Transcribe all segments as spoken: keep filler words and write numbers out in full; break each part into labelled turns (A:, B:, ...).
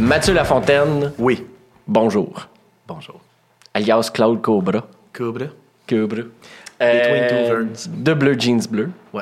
A: Mathieu Lafontaine.
B: Oui.
A: Bonjour.
B: Bonjour.
A: Alias Claude Cobra.
B: Cobra.
A: Cobra.
B: Between
A: Euh,
B: two ferns.
A: De Bleu Jeans Bleu.
B: Ouais.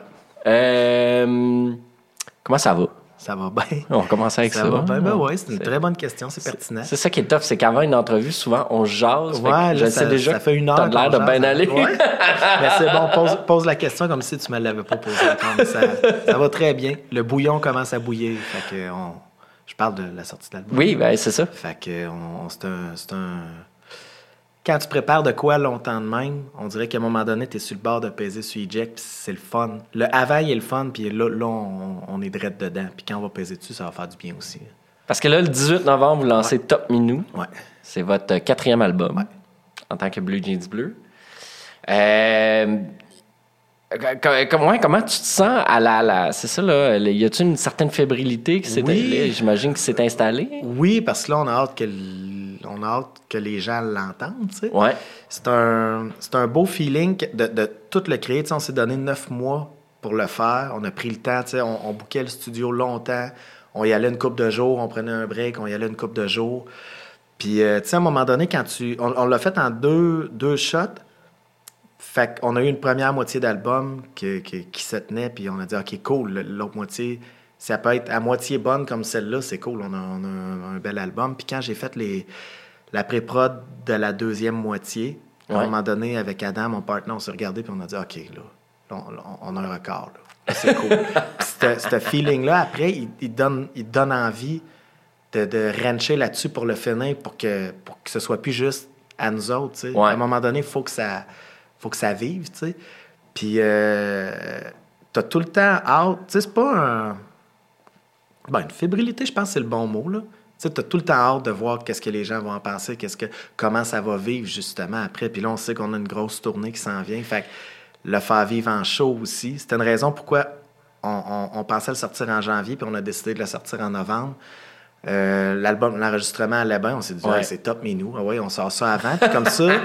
A: Euh, comment ça va?
B: Ça va bien.
A: On commence avec ça.
B: Ça va bien. Ben
A: On-
B: ouais, c'est une
A: c'est-
B: très bonne question. C'est pertinent.
A: C'est ça qui est tough, c'est qu'avant une entrevue, souvent, on jase. Fait que
B: Ouais,
A: je
B: là,
A: sais
B: ça,
A: déjà
B: ça fait une heure.
A: t'as l'air de
B: qu'on
A: bien
B: jase.
A: aller.
B: Ouais. Mais c'est bon, pose, pose la question comme si tu me l'avais pas posée encore. Mais Ça, ça va très bien. Le bouillon commence à bouillir. Fait que on, je parle de la sortie de l'album.
A: Oui, ben c'est ça.
B: Fait que on, c'est un, c'est un... Quand tu prépares de quoi longtemps de même, on dirait qu'à un moment donné, tu es sur le bord de peser sur eject, puis c'est le fun. Le avant, il est le fun, puis là, là on, on est direct dedans. Puis quand on va peser dessus, ça va faire du bien aussi.
A: Parce que là, le dix-huit novembre, vous lancez Top Minou.
B: Ouais.
A: C'est votre quatrième album
B: Ouais.
A: en tant que Bleu Jeans Bleu. Euh, co- co- ouais, comment tu te sens à la... la c'est ça, là. Y a-t-il une certaine fébrilité qui s'est...
B: Oui.
A: là, j'imagine, qui s'est installée?
B: Oui, parce que là, on a hâte que, l- on a hâte que les gens l'entendent, tu sais.
A: Ouais.
B: C'est un, c'est un beau feeling que de, de tout le créer. Tu sais, on s'est donné neuf mois pour le faire. On a pris le temps, tu sais, on, on bookait le studio longtemps. On y allait une couple de jours, on prenait un break, on y allait une couple de jours. Puis, euh, tu sais, à un moment donné, quand tu... On, on l'a fait en deux, deux shots. Fait qu'on a eu une première moitié d'album qui, qui, qui se tenait, puis on a dit, OK, cool, l'autre moitié, ça peut être à moitié bonne comme celle-là, c'est cool, on a, on a un, un bel album. Puis quand j'ai fait les, la pré-prod de la deuxième moitié, à
A: Ouais.
B: un moment donné, avec Adam, mon partenaire, on s'est regardé, puis on a dit, OK, là, là, on, on a un record, là. Là, c'est cool. Puis ce ce feeling-là, après, il, il, donne, il donne envie de, de rancher là-dessus pour le finir, pour que, pour que ce soit plus juste à nous autres, tu sais.
A: Ouais.
B: À un moment donné, il faut que ça... faut que ça vive, tu sais. Puis, euh, t'as tout le temps hâte. Tu sais, c'est pas un... Ben, une fébrilité, je pense que c'est le bon mot, là. Tu sais, t'as tout le temps hâte de voir qu'est-ce que les gens vont en penser, qu'est-ce que... comment ça va vivre, justement, après. Puis là, on sait qu'on a une grosse tournée qui s'en vient. Fait que le faire vivre en show aussi, c'était une raison pourquoi on, on, on pensait le sortir en janvier, puis on a décidé de le sortir en novembre. Euh, l'album, l'enregistrement allait bien, on s'est dit,
A: Ouais.
B: ouais, c'est top, mais nous, ah ouais, on sort ça avant. Puis comme ça,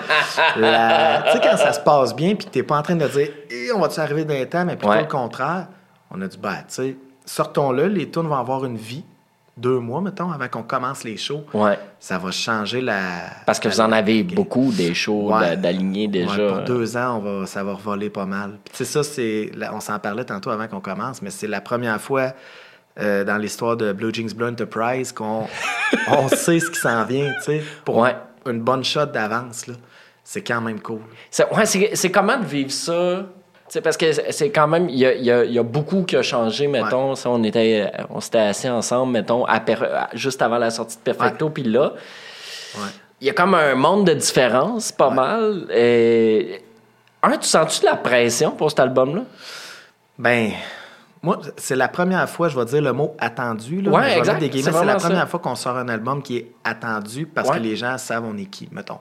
B: la- tu sais, quand ça se passe bien, puis que t'es pas en train de dire, eh, on va-tu arriver dans les temps, mais plutôt
A: Ouais.
B: le contraire, on a dit, ben, tu sais, sortons-le, les tunes vont avoir une vie, deux mois, mettons, avant qu'on commence les shows.
A: Ouais.
B: Ça va changer la.
A: Parce que
B: la-
A: vous en avez
B: la-
A: beaucoup, des shows
B: Ouais.
A: d'a- d'alignés déjà.
B: Ouais, pour deux ans, on va, ça va revoler pas mal. Puis, tu sais, ça, c'est. là, on s'en parlait tantôt avant qu'on commence, mais c'est la première fois euh, dans l'histoire de Blue Jeans Bleu Enterprise qu'on on sait ce qui s'en vient, tu sais, pour
A: Ouais.
B: une bonne shot d'avance, là. C'est quand même cool.
A: C'est, ouais, c'est, c'est comment de vivre ça? Tu sais, parce que c'est- c'est quand même, il y a, il y a- il y a beaucoup qui a changé, mettons. Ça, on, était, on s'était assis ensemble, mettons, à Per- à- juste avant la sortie de Perfecto, puis là,
B: Ouais.
A: il y a comme un monde de différence, pas mal. Et... Un, tu sens-tu de la pression pour cet album-là?
B: Ben, moi, c'est la première fois, je vais dire le mot attendu. Là,
A: Ouais,
B: mais je vais
A: exact.
B: mettre des guillemets.
A: C'est
B: C'est la
A: vraiment ça.
B: première fois qu'on sort un album qui est attendu parce
A: Ouais.
B: que les gens savent on est qui, mettons.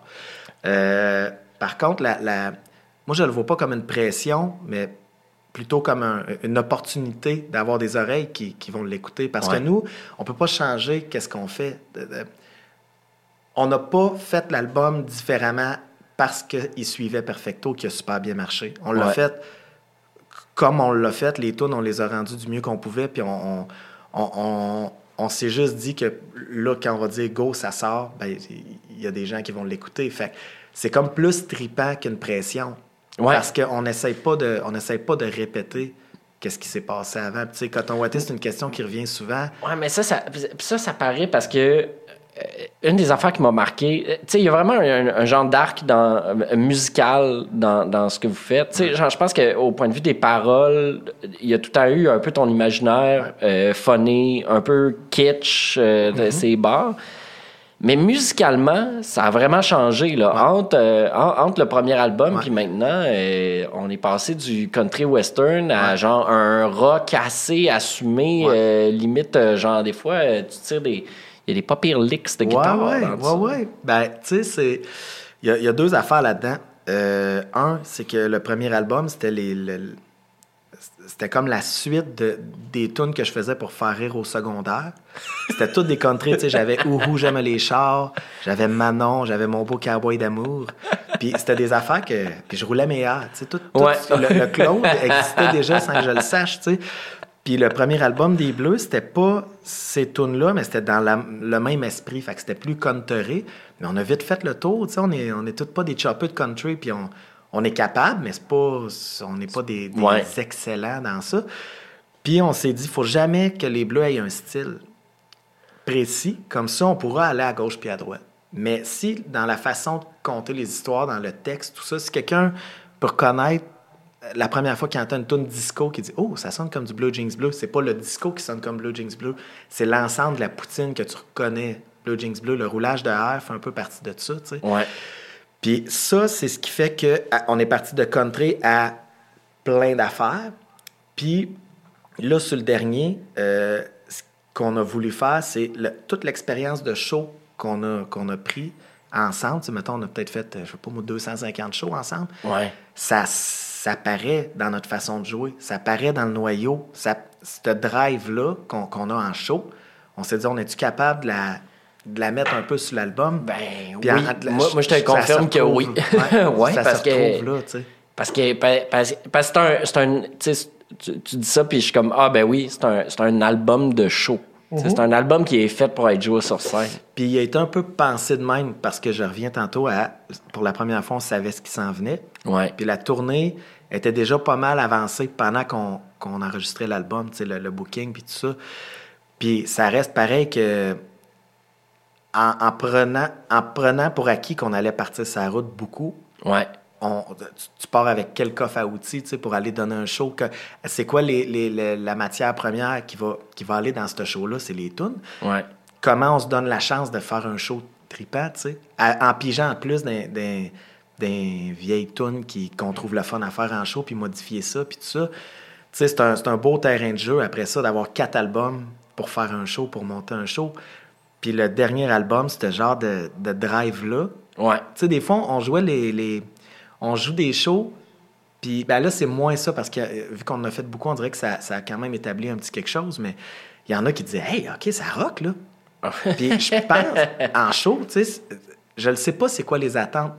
B: Euh, par contre, la, la- moi, je le vois pas comme une pression, mais plutôt comme un- une opportunité d'avoir des oreilles qui, qui vont l'écouter. Parce
A: Ouais.
B: que nous, on peut pas changer qu'est-ce qu'on fait. De- de- On n'a pas fait l'album différemment parce qu'il suivait Perfecto, qui a super bien marché. On l'a
A: Ouais.
B: fait comme on l'a fait, les tunes, on les a rendus du mieux qu'on pouvait, puis on, on, on, on- on s'est juste dit que là, quand on va dire go, ça sort, ben il y a des gens qui vont l'écouter. Fait que c'est comme plus trippant qu'une pression.
A: Ouais.
B: Parce qu'on n'essaye pas de, on essaye pas de répéter qu'est-ce qui s'est passé avant. Puis, tu sais, Coton Watté, c'est une question qui revient souvent.
A: Ouais, mais ça, ça, ça, ça paraît parce que euh, une des affaires qui m'a marqué, euh, tu sais, il y a vraiment un, un genre d'arc dans, euh, musical dans, dans ce que vous faites. Tu sais, genre, je pense qu'au point de vue des paroles, il y a tout le temps eu un peu ton imaginaire euh, funny, un peu kitsch euh, de ces bars. Mais musicalement, ça a vraiment changé. Là.
B: Ouais.
A: Entre, euh, en- entre le premier album
B: Ouais.
A: puis maintenant, euh, on est passé du country western à
B: Ouais.
A: genre un rock assez assumé,
B: Ouais.
A: euh, limite, euh, genre des fois, euh, tu tires des... Il y a des pas pires licks de guitare.
B: Ouais,
A: dans
B: ouais,
A: tout ça.
B: ouais, ouais. Ben, tu sais, c'est... Il y, a- il y a deux affaires là-dedans. Euh, un, c'est que le premier album, c'était les... le- C'était comme la suite de, des tunes que je faisais pour faire rire au secondaire. C'était toutes des country, tu sais, j'avais Ouhou, j'aime les chars, j'avais Manon, j'avais Mon beau cowboy d'amour. Puis c'était des affaires que... Puis je roulais mes airs, tu sais, tout, tout
A: Ouais.
B: le, le Claude existait déjà sans que je le sache, tu sais. Puis le premier album des Bleus, c'était pas ces tunes-là, mais c'était dans la, le même esprit. Fait que c'était plus country. Mais on a vite fait le tour. Tu sais, on est, on est tous pas des choppers de country, puis on, on est capable, mais c'est pas, on n'est pas des, des
A: ouais.
B: excellents dans ça. Puis on s'est dit, il faut jamais que les Bleus aient un style précis. Comme ça, on pourra aller à gauche puis à droite. Mais si, dans la façon de conter les histoires, dans le texte, tout ça, si quelqu'un peut reconnaître la première fois qu'il entend une tune disco qui dit « Oh, ça sonne comme du Blue Jeans Bleu », c'est pas le disco qui sonne comme Blue Jeans Bleu, c'est l'ensemble de la poutine que tu reconnais, Blue Jeans Bleu. Le roulage de air fait un peu partie de ça, tu sais.
A: Ouais.
B: Puis ça, c'est ce qui fait qu'on est parti de country à plein d'affaires. Puis là, sur le dernier, euh, ce qu'on a voulu faire, c'est le, toute l'expérience de show qu'on a, qu'on a pris ensemble. Tu sais, mettons, on a peut-être fait, je sais pas moi, deux cent cinquante shows ensemble.
A: Ouais.
B: Ça, ça paraît dans notre façon de jouer. Ça paraît dans le noyau. Ça, ce drive-là qu'on, qu'on a en show, on s'est dit, on est-tu capable de la, de la mettre un peu sur l'album?
A: Ben
B: Puis
A: oui.
B: en,
A: moi, moi, je te confirme que oui.
B: Ouais,
A: ouais,
B: ça
A: parce
B: se retrouve
A: que...
B: là, tu sais.
A: Parce que, parce, parce que c'est un... C'est un tu, sais, tu, tu dis ça, puis je suis comme, ah ben oui, c'est un, c'est un album de show. Mm-hmm. C'est un album qui est fait pour être joué sur scène.
B: Puis il a été un peu pensé de même, parce que je reviens tantôt à... Pour la première fois, on savait ce qui s'en venait.
A: Ouais.
B: Puis la tournée était déjà pas mal avancée pendant qu'on, qu'on enregistrait l'album, tu sais, le, le booking, puis tout ça. Puis ça reste pareil que... En, en, prenant, en prenant pour acquis qu'on allait partir sur la route beaucoup,
A: ouais.
B: on, tu, tu pars avec quel coffre à outils, tu sais, pour aller donner un show? Que, c'est quoi les, les, les, la matière première qui va, qui va aller dans ce show-là? C'est les tunes.
A: Ouais.
B: Comment on se donne la chance de faire un show trippant, tu sais? En pigeant en plus d'un, d'un, d'un vieilles tunes qui, qu'on trouve le fun à faire en show, puis modifier ça, puis tout ça. Tu sais, c'est un, c'est un beau terrain de jeu, après ça, d'avoir quatre albums pour faire un show, pour monter un show. Puis le dernier album, c'était genre de, de drive-là.
A: Ouais.
B: Tu sais, des fois, on jouait les... les on joue des shows, puis ben là, c'est moins ça, parce que vu qu'on en a fait beaucoup, on dirait que ça, ça a quand même établi un petit quelque chose, mais il y en a qui disaient « Hey, OK, ça rock, là! » Puis je pense, en show, tu sais, je ne sais pas c'est quoi les attentes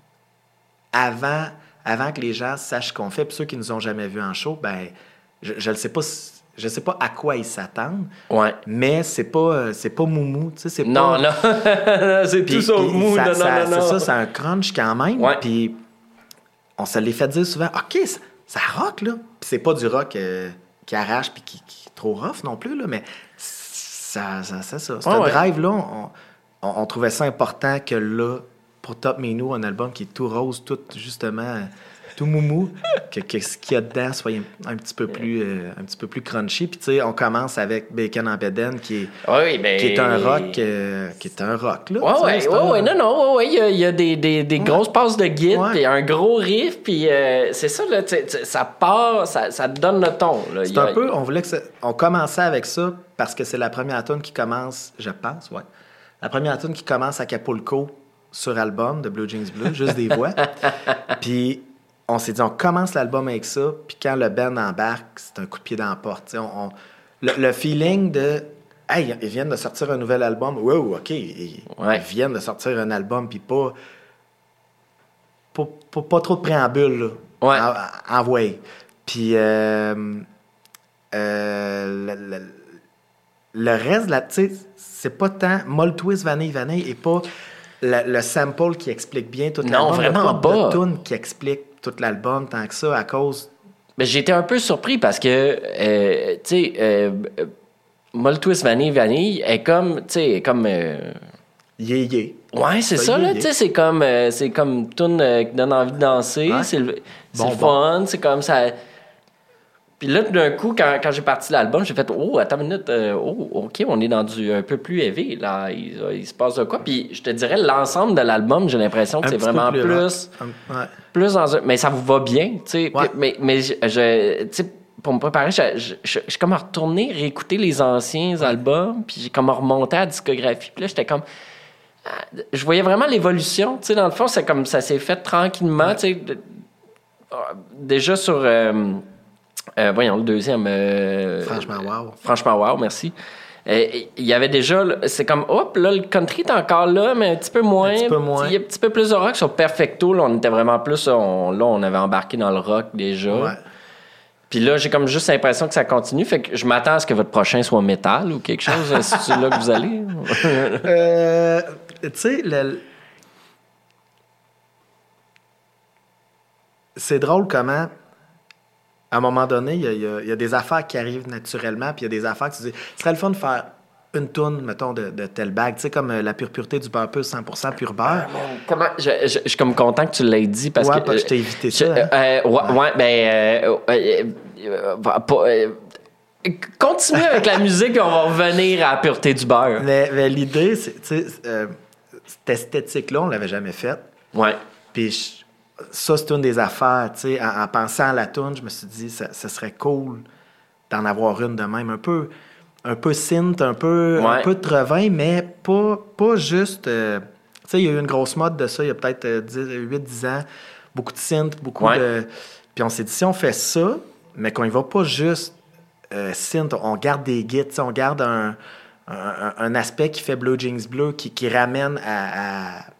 B: avant, avant que les gens sachent ce qu'on fait. Puis ceux qui nous ont jamais vus en show, ben je ne sais pas... Je sais pas à quoi ils s'attendent,
A: ouais.
B: mais c'est pas, c'est pas moumou. Tu sais, c'est
A: non,
B: pas...
A: non, c'est
B: puis,
A: tout sauf mou.
B: Ça,
A: non,
B: ça,
A: non, non,
B: c'est ça, c'est un crunch quand même.
A: Ouais.
B: Puis on se l'est fait dire souvent, OK, ça, ça rock, là. Puis c'est pas du rock euh, qui arrache puis qui, qui est trop rough non plus, là, mais ça, ça, c'est ça. Ce
A: ouais, ouais.
B: drive-là, on, on, on trouvait ça important que là, pour Top Menou, un album qui est tout rose, tout justement... tout moumou, que, que ce qu'il y a dedans soit un, un petit peu plus euh, un petit peu plus crunchy. Puis tu sais, on commence avec Bacon en Beden qui est
A: oui, ben...
B: qui est un rock euh, qui est un rock là.
A: Ouais ouais, ouais,
B: un...
A: ouais non non ouais, il y a, il y a des, des, des ouais. grosses passes de guide,
B: ouais.
A: puis un gros riff, puis euh, c'est ça là, t'sais, t'sais, ça part, ça, ça te donne le ton là.
B: C'est
A: a...
B: un peu, on voulait que ça, on commençait avec ça parce que c'est la première tune qui commence, je pense, ouais. La première tune qui commence à Acapulco sur album de Blue Jeans Bleu, juste des voix. Puis on s'est dit, on commence l'album avec ça, puis quand le band embarque, c'est un coup de pied dans la porte. On, on, le, le feeling de, hey, ils viennent de sortir un nouvel album. Wow, OK, ils,
A: ouais.
B: ils viennent de sortir un album, puis pas, pas, pas, pas trop de préambule, là.
A: Ouais.
B: En, envoyé. Puis, euh, euh, le, le, le reste, là, tu sais, c'est pas tant Molle Twist, Vanille, Vanille, et pas le, le sample qui explique bien tout l'album.
A: Non, vraiment
B: pas.
A: pas.
B: De tune qui explique tout l'album tant que ça à cause...
A: Ben, j'étais un peu surpris parce que, euh, tu sais, euh, Molle Twist Vanille Vanille est comme, tu sais, comme... Euh...
B: Yeah, yeah.
A: Ouais, c'est ça, ça là, tu sais, c'est comme, euh, c'est comme tune euh, qui donne envie de danser, ouais. c'est le, c'est bon, le fun, bon. C'est comme ça... Puis là, d'un coup, quand, quand j'ai parti l'album, j'ai fait « Oh, attends une minute, euh, oh, OK, on est dans du un peu plus heavy, là, il, il se passe de quoi? » Puis je te dirais, l'ensemble de l'album, j'ai l'impression que un c'est vraiment plus... plus,
B: ouais.
A: plus dans un... Mais ça vous va bien, tu sais.
B: Ouais.
A: Mais, mais je, je, tu sais, pour me préparer, je, je, je, je suis comme retourné réécouter les anciens ouais. albums, puis j'ai comme remonté à la discographie, puis là, j'étais comme... Je voyais vraiment l'évolution, tu sais, dans le fond, c'est comme ça s'est fait tranquillement, ouais. tu sais. De, déjà sur... Euh, Euh, voyons, le deuxième. Euh,
B: franchement, wow.
A: Franchement, wow, merci. Il euh, y avait déjà. C'est comme, hop, là, le country est encore là, mais un petit peu moins. Un
B: petit peu moins.
A: Il y a un petit peu plus de rock. Sur Perfecto, là, on était vraiment plus. On, là, on avait embarqué dans le rock déjà.
B: Ouais.
A: Puis là, j'ai comme juste l'impression que ça continue. Fait que je m'attends à ce que votre prochain soit métal ou quelque chose. C'est là que vous allez?
B: euh, tu sais, le... c'est drôle comment, à un moment donné, il y, y, y a des affaires qui arrivent naturellement, puis il y a des affaires que tu dis, ce serait le fun de faire une toune, mettons, de, de telle bague, tu sais, comme euh, la pure pureté du beurre plus cent pour cent pur beurre.
A: Ah, comment, je, je, je suis comme content que tu l'aies dit parce
B: ouais,
A: que...
B: Ouais, je t'ai évité
A: je,
B: ça. Hein?
A: Euh, ouais, ouais. ouais, ben... Euh, euh, euh, pas, euh, continuez avec la musique et on va revenir à la pureté du beurre.
B: Mais, mais l'idée, c'est, tu sais, euh, cette esthétique-là, on l'avait jamais faite.
A: Ouais.
B: Puis je, ça, c'est une des affaires, tu sais, en, en pensant à la toune, je me suis dit, ça, ça serait cool d'en avoir une de même, un peu... un peu synth, un peu, ouais. un peu de revin, mais pas, pas juste... Euh, tu sais, il y a eu une grosse mode de ça il y a peut-être euh, huit dix ans. Beaucoup de synth, beaucoup ouais. de... Puis on s'est dit, si on fait ça, mais qu'on y va pas juste euh, synth, on garde des guides, on garde un, un, un aspect qui fait Blue Jeans Bleu, qui, qui ramène à... à,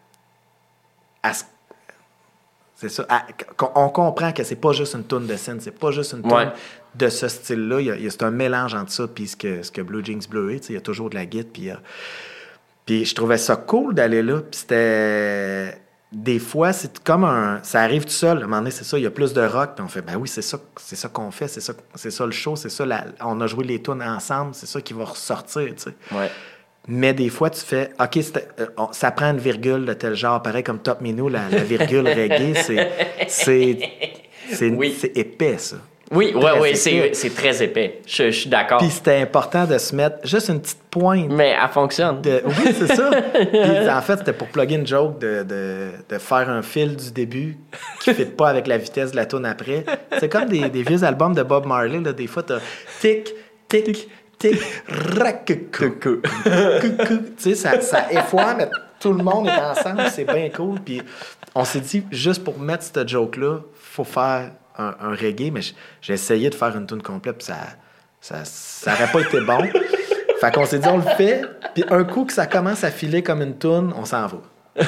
B: à c'est ça. À, on comprend que c'est pas juste une toune de synth, c'est pas juste une toune... Ouais. de ce style-là. Il y a, il y a, c'est un mélange entre ça et ce que, ce que Blue Jeans Bleu est. Il y a toujours de la guitare. Puis, euh, puis je trouvais ça cool d'aller là. Puis c'était... Des fois, c'est comme un... Ça arrive tout seul. À un moment donné, c'est ça, il y a plus de rock. Puis on fait, ben oui, c'est ça, c'est ça qu'on fait. C'est ça, c'est ça le show. C'est ça, la... on a joué les tunes ensemble. C'est ça qui va ressortir, tu sais.
A: Ouais.
B: Mais des fois, tu fais, OK, euh, on, ça prend une virgule de tel genre. Pareil comme Top Minou, la, la virgule reggae, c'est... C'est, c'est,
A: oui.
B: c'est épais, ça.
A: Oui, oui, oui, c'est, c'est très épais. Je, je suis d'accord.
B: Puis c'était important de se mettre juste une petite pointe.
A: Mais elle fonctionne.
B: De... Oui, c'est ça. Puis en fait, c'était pour plugger une joke de, de, de faire un fil du début qui ne fit pas avec la vitesse de la tune après. C'est comme des, des vieux albums de Bob Marley. Là. Des fois, t'as tic, tic, tic, rac, coucou. Tu sais, ça, ça effoire, mais tout le monde est ensemble. C'est bien cool. Puis on s'est dit, juste pour mettre cette joke-là, il faut faire... Un, un reggae, mais j'ai essayé de faire une tune complète, puis ça ça, ça aurait pas été bon. Fait qu'on s'est dit, on le fait, puis un coup que ça commence à filer comme une tune, on s'en va. Puis,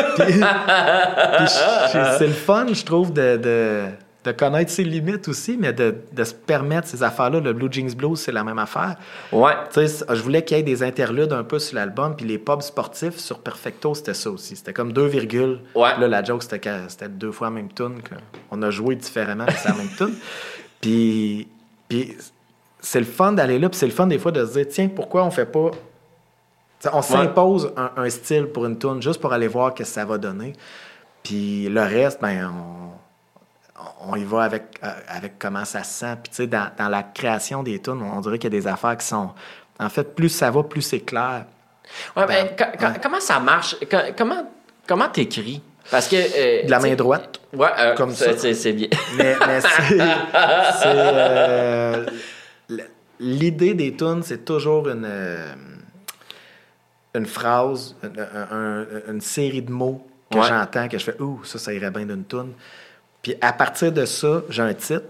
B: puis c'est le fun, je trouve, de, de, de connaître ses limites aussi, mais de, de se permettre ces affaires-là. Le Blue Jeans Blues, c'est la même affaire.
A: Ouais.
B: Tu sais, je voulais qu'il y ait des interludes un peu sur l'album, puis les pubs sportifs sur Perfecto, c'était ça aussi. C'était comme deux virgules.
A: Ouais.
B: Là, la joke, c'était, c'était deux fois la même tune. On a joué différemment, mais c'est la même tune. Puis, puis c'est le fun d'aller là, puis c'est le fun des fois de se dire, tiens, pourquoi on fait pas... T'sais, on s'impose ouais. un, un style pour une tune juste pour aller voir ce que ça va donner. Puis le reste, ben on... on y va avec, euh, avec comment ça se sent. Puis, tu sais, dans, dans la création des tunes, on dirait qu'il y a des affaires qui sont... En fait, plus ça va, plus c'est clair.
A: Ouais, ben, ouais. Comment ça marche? Comment comment t'écris? Parce que... Euh,
B: de la main droite.
A: Ouais, euh,
B: comme ça.
A: C'est, c'est bien.
B: Mais, mais c'est... c'est euh, l'idée des tunes, c'est toujours une... Euh, une phrase, une, un, une série de mots que ouais. j'entends, que je fais « Ouh, ça, ça irait bien d'une tune ». Puis à partir de ça, j'ai un titre.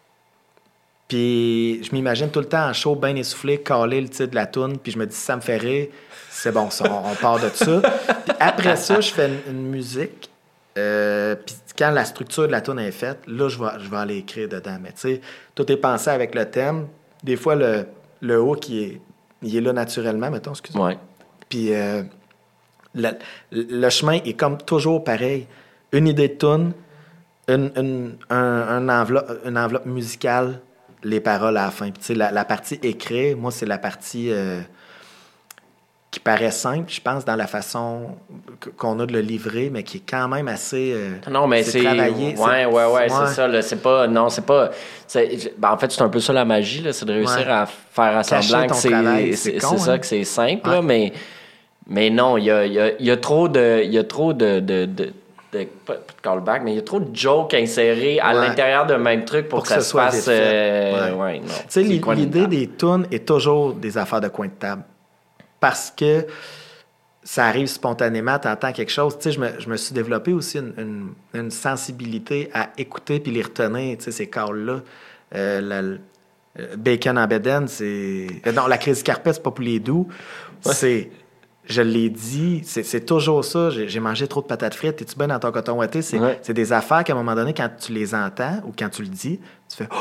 B: Puis je m'imagine tout le temps en show, bien essoufflé, caler le titre de la toune. Puis je me dis, si ça me fait rire, c'est bon, ça, on, on part de ça. Puis après ça, je fais une, une musique. Euh, puis quand la structure de la toune est faite, là, je vais, je vais aller écrire dedans. Mais tu sais, tout est pensé avec le thème. Des fois, le, le haut qui est, il est là naturellement, mettons, excusez-moi.
A: Ouais.
B: Puis euh, le, le chemin est comme toujours pareil. Une idée de toune, Une, une, un, un enveloppe, une enveloppe musicale, les paroles à la fin. Puis, tu sais, la, la partie écrite, moi, c'est la partie euh, qui paraît simple, je pense, dans la façon qu'on a de le livrer, mais qui est quand même assez euh,
A: non, mais c'est, c'est
B: travaillé.
A: Ouais, c'est, ouais, ouais, ouais, c'est ça. Là, c'est pas... Non, c'est pas... C'est, ben, en fait, c'est un peu ça la magie, là, c'est de réussir ouais. à faire à semblant que c'est, travail, c'est, c'est, con, c'est hein? ça, que c'est simple, ouais. là, mais, mais non, il y a, y, a, y a trop de... Il y a trop de... de, de De, pas de callback, mais il y a trop de jokes insérés à ouais. l'intérieur d'un même truc pour, pour que, que ça se fasse. Euh, ouais. Ouais, non.
B: Tu sais, l'idée des tunes est toujours des affaires de coin de table. Parce que ça arrive spontanément, tu entends quelque chose. Tu sais, je me, je me suis développé aussi une, une, une sensibilité à écouter puis les retenir, tu sais, ces calls-là. Euh, la, le Bacon en Beden, c'est... Non, la Crazy Carpet, c'est pas pour les doux. Ouais. C'est... Je l'ai dit, c'est, c'est toujours ça. J'ai, j'ai mangé trop de patates frites. Es-tu bien dans ton coton ouaté? C'est, ouais. c'est des affaires qu'à un moment donné, quand tu les entends ou quand tu le dis, tu fais « Oh!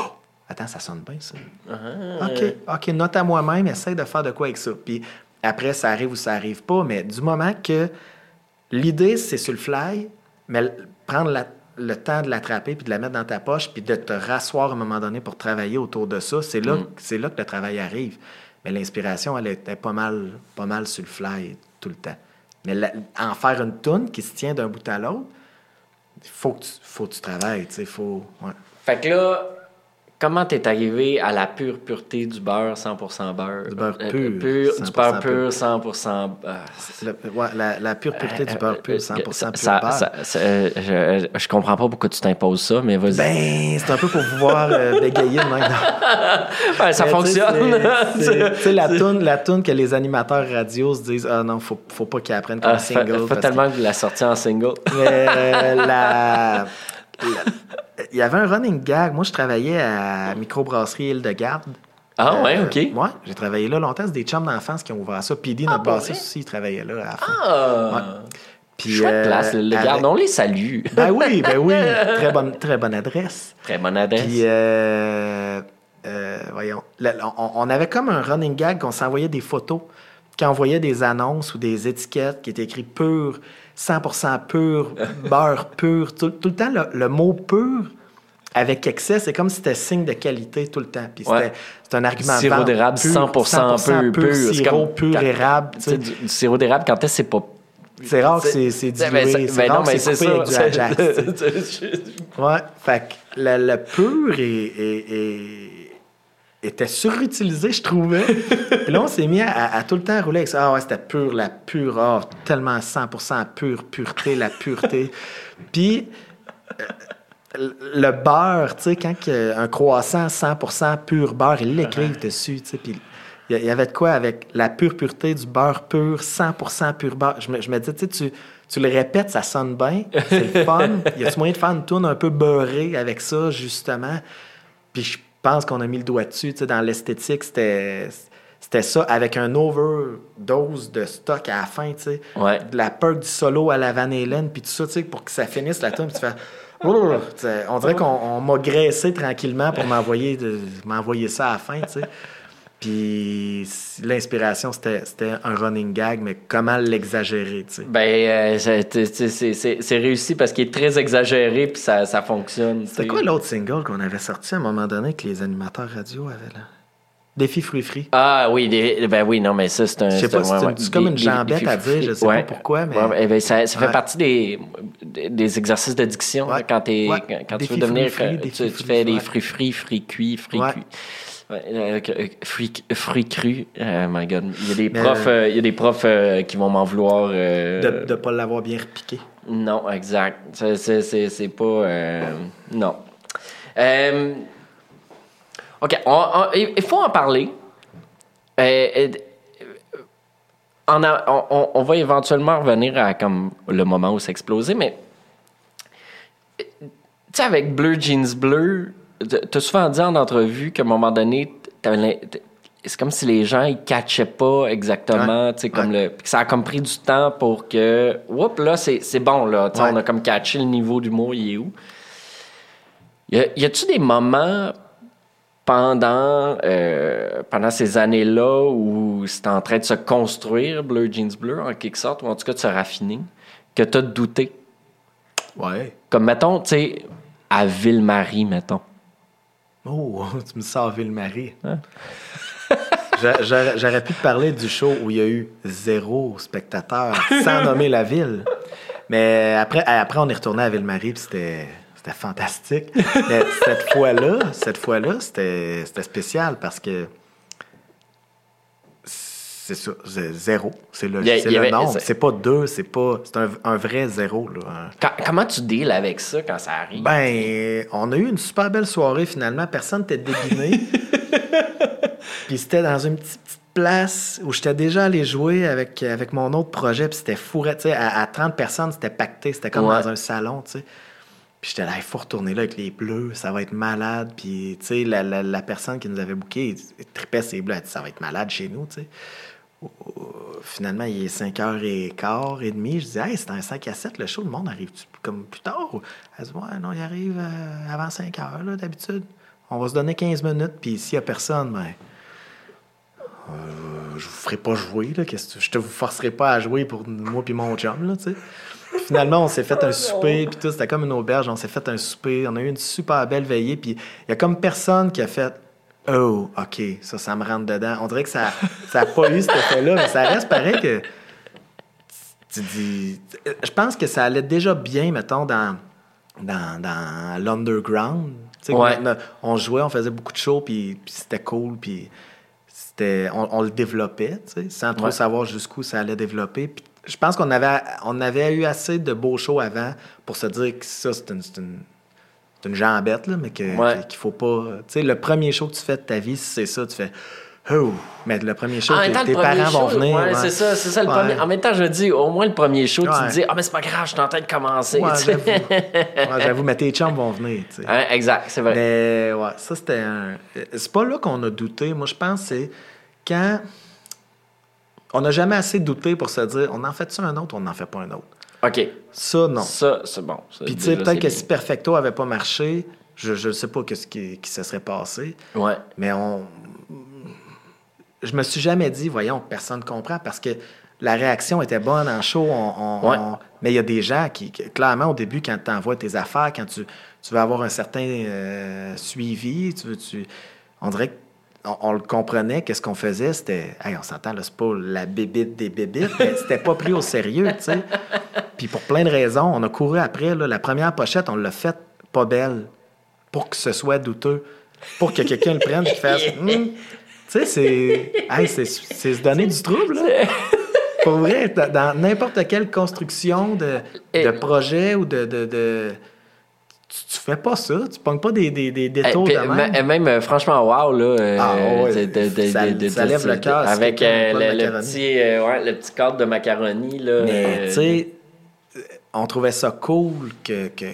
B: Attends, ça sonne bien, ça.
A: Ah.
B: OK, OK, note à moi-même, essaye de faire de quoi avec ça. Puis après, ça arrive ou ça arrive pas, mais du moment que l'idée, c'est sur le fly, mais l- prendre la- le temps de l'attraper puis de la mettre dans ta poche puis de te rasseoir à un moment donné pour travailler autour de ça, c'est là,
A: Mm.
B: c'est là que le travail arrive. Mais l'inspiration, elle était pas mal, pas mal sur le fly tout le temps. Mais la- en faire une toune qui se tient d'un bout à l'autre, il faut que tu, faut que tu travailles, tu sais, faut... ouais.
A: Fait que là, comment t'es arrivé à la pure pureté du beurre cent pour cent beurre?
B: Du beurre
A: Euh,
B: pur,
A: pur,
B: cent
A: du
B: pour cent
A: beurre
B: pur.
A: pur cent pour cent beurre.
B: Le- ouais, la, la pure pureté du beurre pur, cent pour cent pur
A: ça,
B: beurre.
A: ça, ça, euh, je, je comprends pas pourquoi tu t'imposes ça, mais vas-y.
B: Ben, c'est un peu pour pouvoir euh, bégayer de même.
A: Ouais, ça
B: Mais
A: fonctionne.
B: Tu sais, tu sais, la toune, la toune que les animateurs radio se disent, ah non, faut, faut pas qu'ils apprennent comme
A: Ah,
B: single.
A: faut, faut
B: parce
A: tellement que vous la sortiez en single.
B: que- Mais la, la- il y avait un running gag. Moi, je travaillais à Microbrasserie Île-de-Garde.
A: Ah ouais,
B: Euh,
A: OK.
B: Ouais, j'ai travaillé là longtemps. C'est des chums d'enfance qui ont ouvert ça. P D, notre
A: pour
B: bassiste
A: vrai?
B: aussi, il travaillait là à la fin.
A: Ah!
B: Ouais. Puis,
A: Chouette
B: euh,
A: place, le
B: avec-
A: garde. On les salue.
B: Ben oui, ben oui. Très bonne, très bonne adresse.
A: Très bonne adresse.
B: Puis, euh, euh, voyons, le- on, on avait comme un running gag qu'on s'envoyait des photos, qu'on envoyait des annonces ou des étiquettes qui étaient écrites pur, cent pour cent pur, beurre pur. Tout, tout le temps, le, le mot pur avec excès, c'est comme si c'était signe de qualité tout le temps. Puis c'était,
A: Ouais.
B: c'est un argument de
A: Sirop
B: vente.
A: d'érable
B: Pur,
A: cent pour cent pur, pur. C'est
B: sirop
A: comme-
B: pur
A: quand-
B: érable. tu
A: Tu sais,
B: sais.
A: du, du sirop d'érable, quand est-ce que c'est pas.
B: C'est rare que c'est, c'est
A: Ben,
B: dilué.
A: c'est-
B: c'est
A: ben
B: rare
A: non,
B: que
A: mais
B: c'est
A: c'est
B: coupé
A: ça.
B: avec du Ajax. tu sais.
A: C'est-
B: Ouais, fait que le, le pur est, est- est- était surutilisé, je trouvais. Puis là, on s'est mis à, à tout le temps rouler avec ça. Ah ouais, c'était pur, la pure, ah, tellement cent pour cent pur, pureté, la pureté. Puis euh, le beurre, tu sais, quand que, un croissant cent pour cent pur beurre, ils l'écrivent dessus, tu sais, puis il y, y avait de quoi avec la pure pureté du beurre pur, cent pour cent pur beurre. Je me, je me disais, tu sais, tu, tu le répètes, ça sonne bien, c'est le fun. Y a-tu moyen de faire une tourne un peu beurrée avec ça, justement? Puis je pense qu'on a mis le doigt dessus, tu sais, dans l'esthétique, c'était... C'était ça, avec un overdose de stock à la fin, tu sais.
A: Ouais.
B: De la perk du solo à la Van Halen, puis tout ça, tu sais, pour que ça finisse la tune, puis tu fais... Ouh, tu sais, on dirait qu'on on m'a graissé tranquillement pour m'envoyer, de, m'envoyer ça à la fin, tu sais. Puis l'inspiration, c'était, c'était un running gag, mais comment l'exagérer, tu sais.
A: Ben, euh, c'est, c'est, c'est, c'est réussi parce qu'il est très exagéré puis ça, ça fonctionne.
B: C'était quoi l'autre single qu'on avait sorti à un moment donné que les animateurs radio avaient, là? Défi Fruit Free.
A: Ah oui, des, ben oui, non, mais ça, c'est un...
B: Je sais pas,
A: un-
B: c'est,
A: ouais,
B: une-
A: ouais,
B: c'est comme
A: des-
B: une
A: des-
B: jambette
A: des-
B: à dire, je sais
A: ouais.
B: pas pourquoi, mais...
A: Ouais, mais, ben, ça, ça fait
B: Ouais.
A: partie des, des, des exercices de diction,
B: Ouais.
A: là, quand, t'es,
B: Ouais.
A: quand, quand tu
B: Défi
A: veux devenir...
B: fruits frits,
A: euh,
B: défi
A: tu, tu
B: fruits
A: fais des
B: frits.
A: fruits frits, fruits cuits, fruits
B: Ouais.
A: cuits. Ouais, euh, euh, fruits, fruits crus. Oh my God. Il y a des
B: Mais,
A: profs, euh, il y a des profs euh, qui vont m'en vouloir. euh,
B: De ne pas l'avoir bien repiqué.
A: Non, exact. C'est, c'est, c'est, c'est pas... euh, non. Euh, OK, on- on- il il faut en parler. Euh, euh, en a- on, on- on va éventuellement revenir à comme le moment où c'est explosé, mais euh, tu sais, avec Bleu Jeans Bleu, t'as souvent dit en entrevue qu'à un moment donné, t'avais l'im- c'est comme si les gens ils catchaient pas exactement,
B: Ouais.
A: tu sais, comme
B: Ouais.
A: le, puis que ça a comme pris du temps pour que, oups, là c'est, c'est bon là, tu sais,
B: Ouais.
A: on a comme catché le niveau d'humour, il est où? Y, a, y a-tu des moments pendant, euh, pendant ces années-là où c'était en train de se construire, Bleu Jeans Bleu, en quelque sorte, ou en tout cas de se raffiner, que t'as douté?
B: Ouais.
A: Comme, mettons, tu sais, à Ville-Marie, mettons.
B: Oh, tu me sors Ville-Marie.
A: Hein?
B: J'a- J'aurais j'aurais pu te parler du show où il y a eu zéro spectateur, sans nommer la ville. Mais après, après on est retourné à Ville-Marie, puis c'était... C'était fantastique. Mais cette fois-là, cette fois-là, c'était, c'était spécial parce que c'est ça, c'est zéro. C'est le,
A: Il y a-
B: c'est
A: il y
B: le
A: avait-
B: nombre.
A: c'est-
B: C'est pas deux, c'est pas. C'est un, un vrai zéro, là. Un-
A: Quand- comment tu deals avec ça quand ça arrive?
B: Ben, on a eu une super belle soirée finalement. Personne n'était déguiné. Puis c'était dans une petite, petite place où j'étais déjà allé jouer avec, avec mon autre projet. Puis c'était fourré, tu sais, à, à trente personnes, c'était pacté. C'était comme
A: Ouais.
B: dans un salon, tu sais. Puis j'étais là, il faut retourner là avec les bleus, ça va être malade. Puis, tu sais, la, la, la personne qui nous avait booké, il tripait ses bleus, elle dit, ça va être malade chez nous, tu sais. Oh, oh, finalement, il est cinq heures quinze et demie. Je dis, hey, c'est un cinq à sept, le show, le monde arrive comme plus tard. Elle dit, ouais, non, il arrive euh, avant cinq heures, là, d'habitude. On va se donner quinze minutes, puis s'il n'y a personne, ben, euh, je vous ferai pas jouer, là. Qu'est-ce que, je te vous forcerai pas à jouer pour moi puis mon chum, là, tu sais. Finalement, on s'est fait un souper, puis tout, c'était comme une auberge, on s'est fait un souper, on a eu une super belle veillée, puis il y a comme personne qui a fait « Oh, OK, ça, ça me rentre dedans. » On dirait que ça n'a pas eu cet effet-là, mais ça reste pareil que... Tu dis... Je pense que ça allait déjà bien, mettons, dans, dans, dans l'underground. Tu sais,
A: ouais.
B: on, on jouait, on faisait beaucoup de shows, puis, puis c'était cool, puis c'était, on, on le développait, tu sais, sans trop ouais. savoir jusqu'où ça allait développer. Puis je pense qu'on avait, on avait eu assez de beaux shows avant pour se dire que ça, c'est une, c'est une, c'est une jambette, là, mais que, ouais. qu'il faut pas... Tu sais, le premier show que tu fais de ta vie, si c'est ça, tu fais... Oh, mais le premier show, tes, tes parents
A: show,
B: vont venir.
A: Ouais,
B: ouais.
A: c'est ça, c'est ça le ouais. premier. En même temps, je dis, au moins le premier show, ouais. tu te dis, ah, oh, mais c'est pas grave, je suis en train de commencer.
B: Ouais, j'avoue. ouais, j'avoue, mais tes chums vont venir. Tu sais.
A: Hein, exact, c'est vrai.
B: Mais ouais, ça, c'était un. C'est pas là qu'on a douté. Moi, je pense que c'est quand. On n'a jamais assez douté pour se dire, on en fait-tu un autre ou on n'en fait pas un autre?
A: OK.
B: Ça, non.
A: Ça, c'est bon. Ça,
B: puis, tu sais, peut-être que bien. Si Perfecto avait pas marché, je ne sais pas ce qui, qui se serait passé.
A: Ouais.
B: Mais on. Je me suis jamais dit, voyons, personne ne comprend, parce que la réaction était bonne en show. On, on,
A: ouais.
B: on... Mais il y a des gens qui, clairement, au début, quand tu envoies tes affaires, quand tu, tu veux avoir un certain euh, suivi, tu veux, tu... on dirait qu'on on le comprenait, qu'est-ce qu'on faisait, c'était, hey, on s'entend, là, c'est pas la bébite des bébites, mais c'était pas pris au sérieux, tu sais. Puis pour plein de raisons, on a couru après, là, la première pochette, on l'a faite pas belle, pour que ce soit douteux, pour que quelqu'un le prenne et qu'il fasse... Hm, tu sais, c'est, hey, c'est, c'est se donner du trouble, là. Pour vrai, dans n'importe quelle construction de, de projet ou de... de, de tu, tu fais pas ça. Tu pognes pas des, des, des détours
A: et,
B: de même.
A: M- même, euh, franchement, wow, là. Euh,
B: ah, ouais.
A: de, de, de,
B: ça,
A: de, de,
B: ça lève
A: de,
B: le cœur.
A: Avec euh, le, le, petit, euh, ouais, le petit cadre de macaroni, là.
B: Mais,
A: euh,
B: tu sais, on trouvait ça cool que... que, que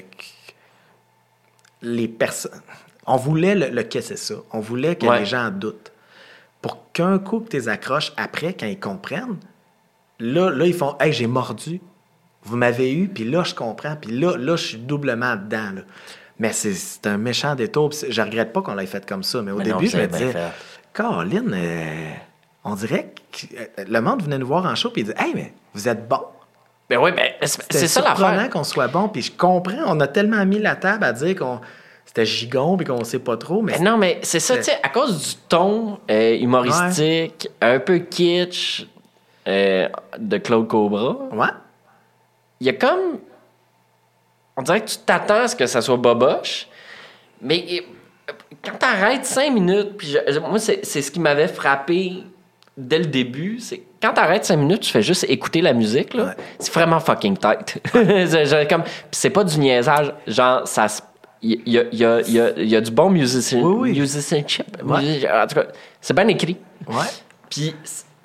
B: les personnes... On voulait le, le casser ça. On voulait que ouais. les gens doutent. Pour qu'un coup que tu les accroches après, quand ils comprennent, là, là ils font « Hey, j'ai mordu. Vous m'avez eu, puis là, je comprends. Puis là, là, je suis doublement dedans. » Là. Mais c'est, c'est un méchant détour. Je regrette pas qu'on l'ait fait comme ça. Mais au mais début, non, je me disais « Caroline, euh, on dirait que le monde venait nous voir en show, puis il dit « Hey, mais vous êtes bon. »
A: Ben oui, ben, c'est, c'est ça l'affaire. C'est
B: surprenant qu'on soit bon. Puis je comprends. On a tellement mis la table à dire qu'on... C'était gigon puis qu'on sait pas trop. Mais,
A: mais non, mais c'est ça, tu sais, à cause du ton euh, humoristique, ouais. un peu kitsch euh, de Claude Cobra.
B: Ouais.
A: Il y a comme. On dirait que tu t'attends à ce que ça soit boboche, mais quand t'arrêtes cinq minutes, puis je, moi, c'est, c'est ce qui m'avait frappé dès le début, c'est quand t'arrêtes cinq minutes, tu fais juste écouter la musique, là. Ouais. C'est vraiment fucking tight. Ouais. Comme, pis c'est pas du niaisage, genre, ça se. Il y a, il y, a, il y, a, il y a du bon musicien,
B: oui, oui.
A: musicianship.
B: Ouais.
A: Music, en tout cas, c'est bien écrit.
B: Ouais.
A: Puis,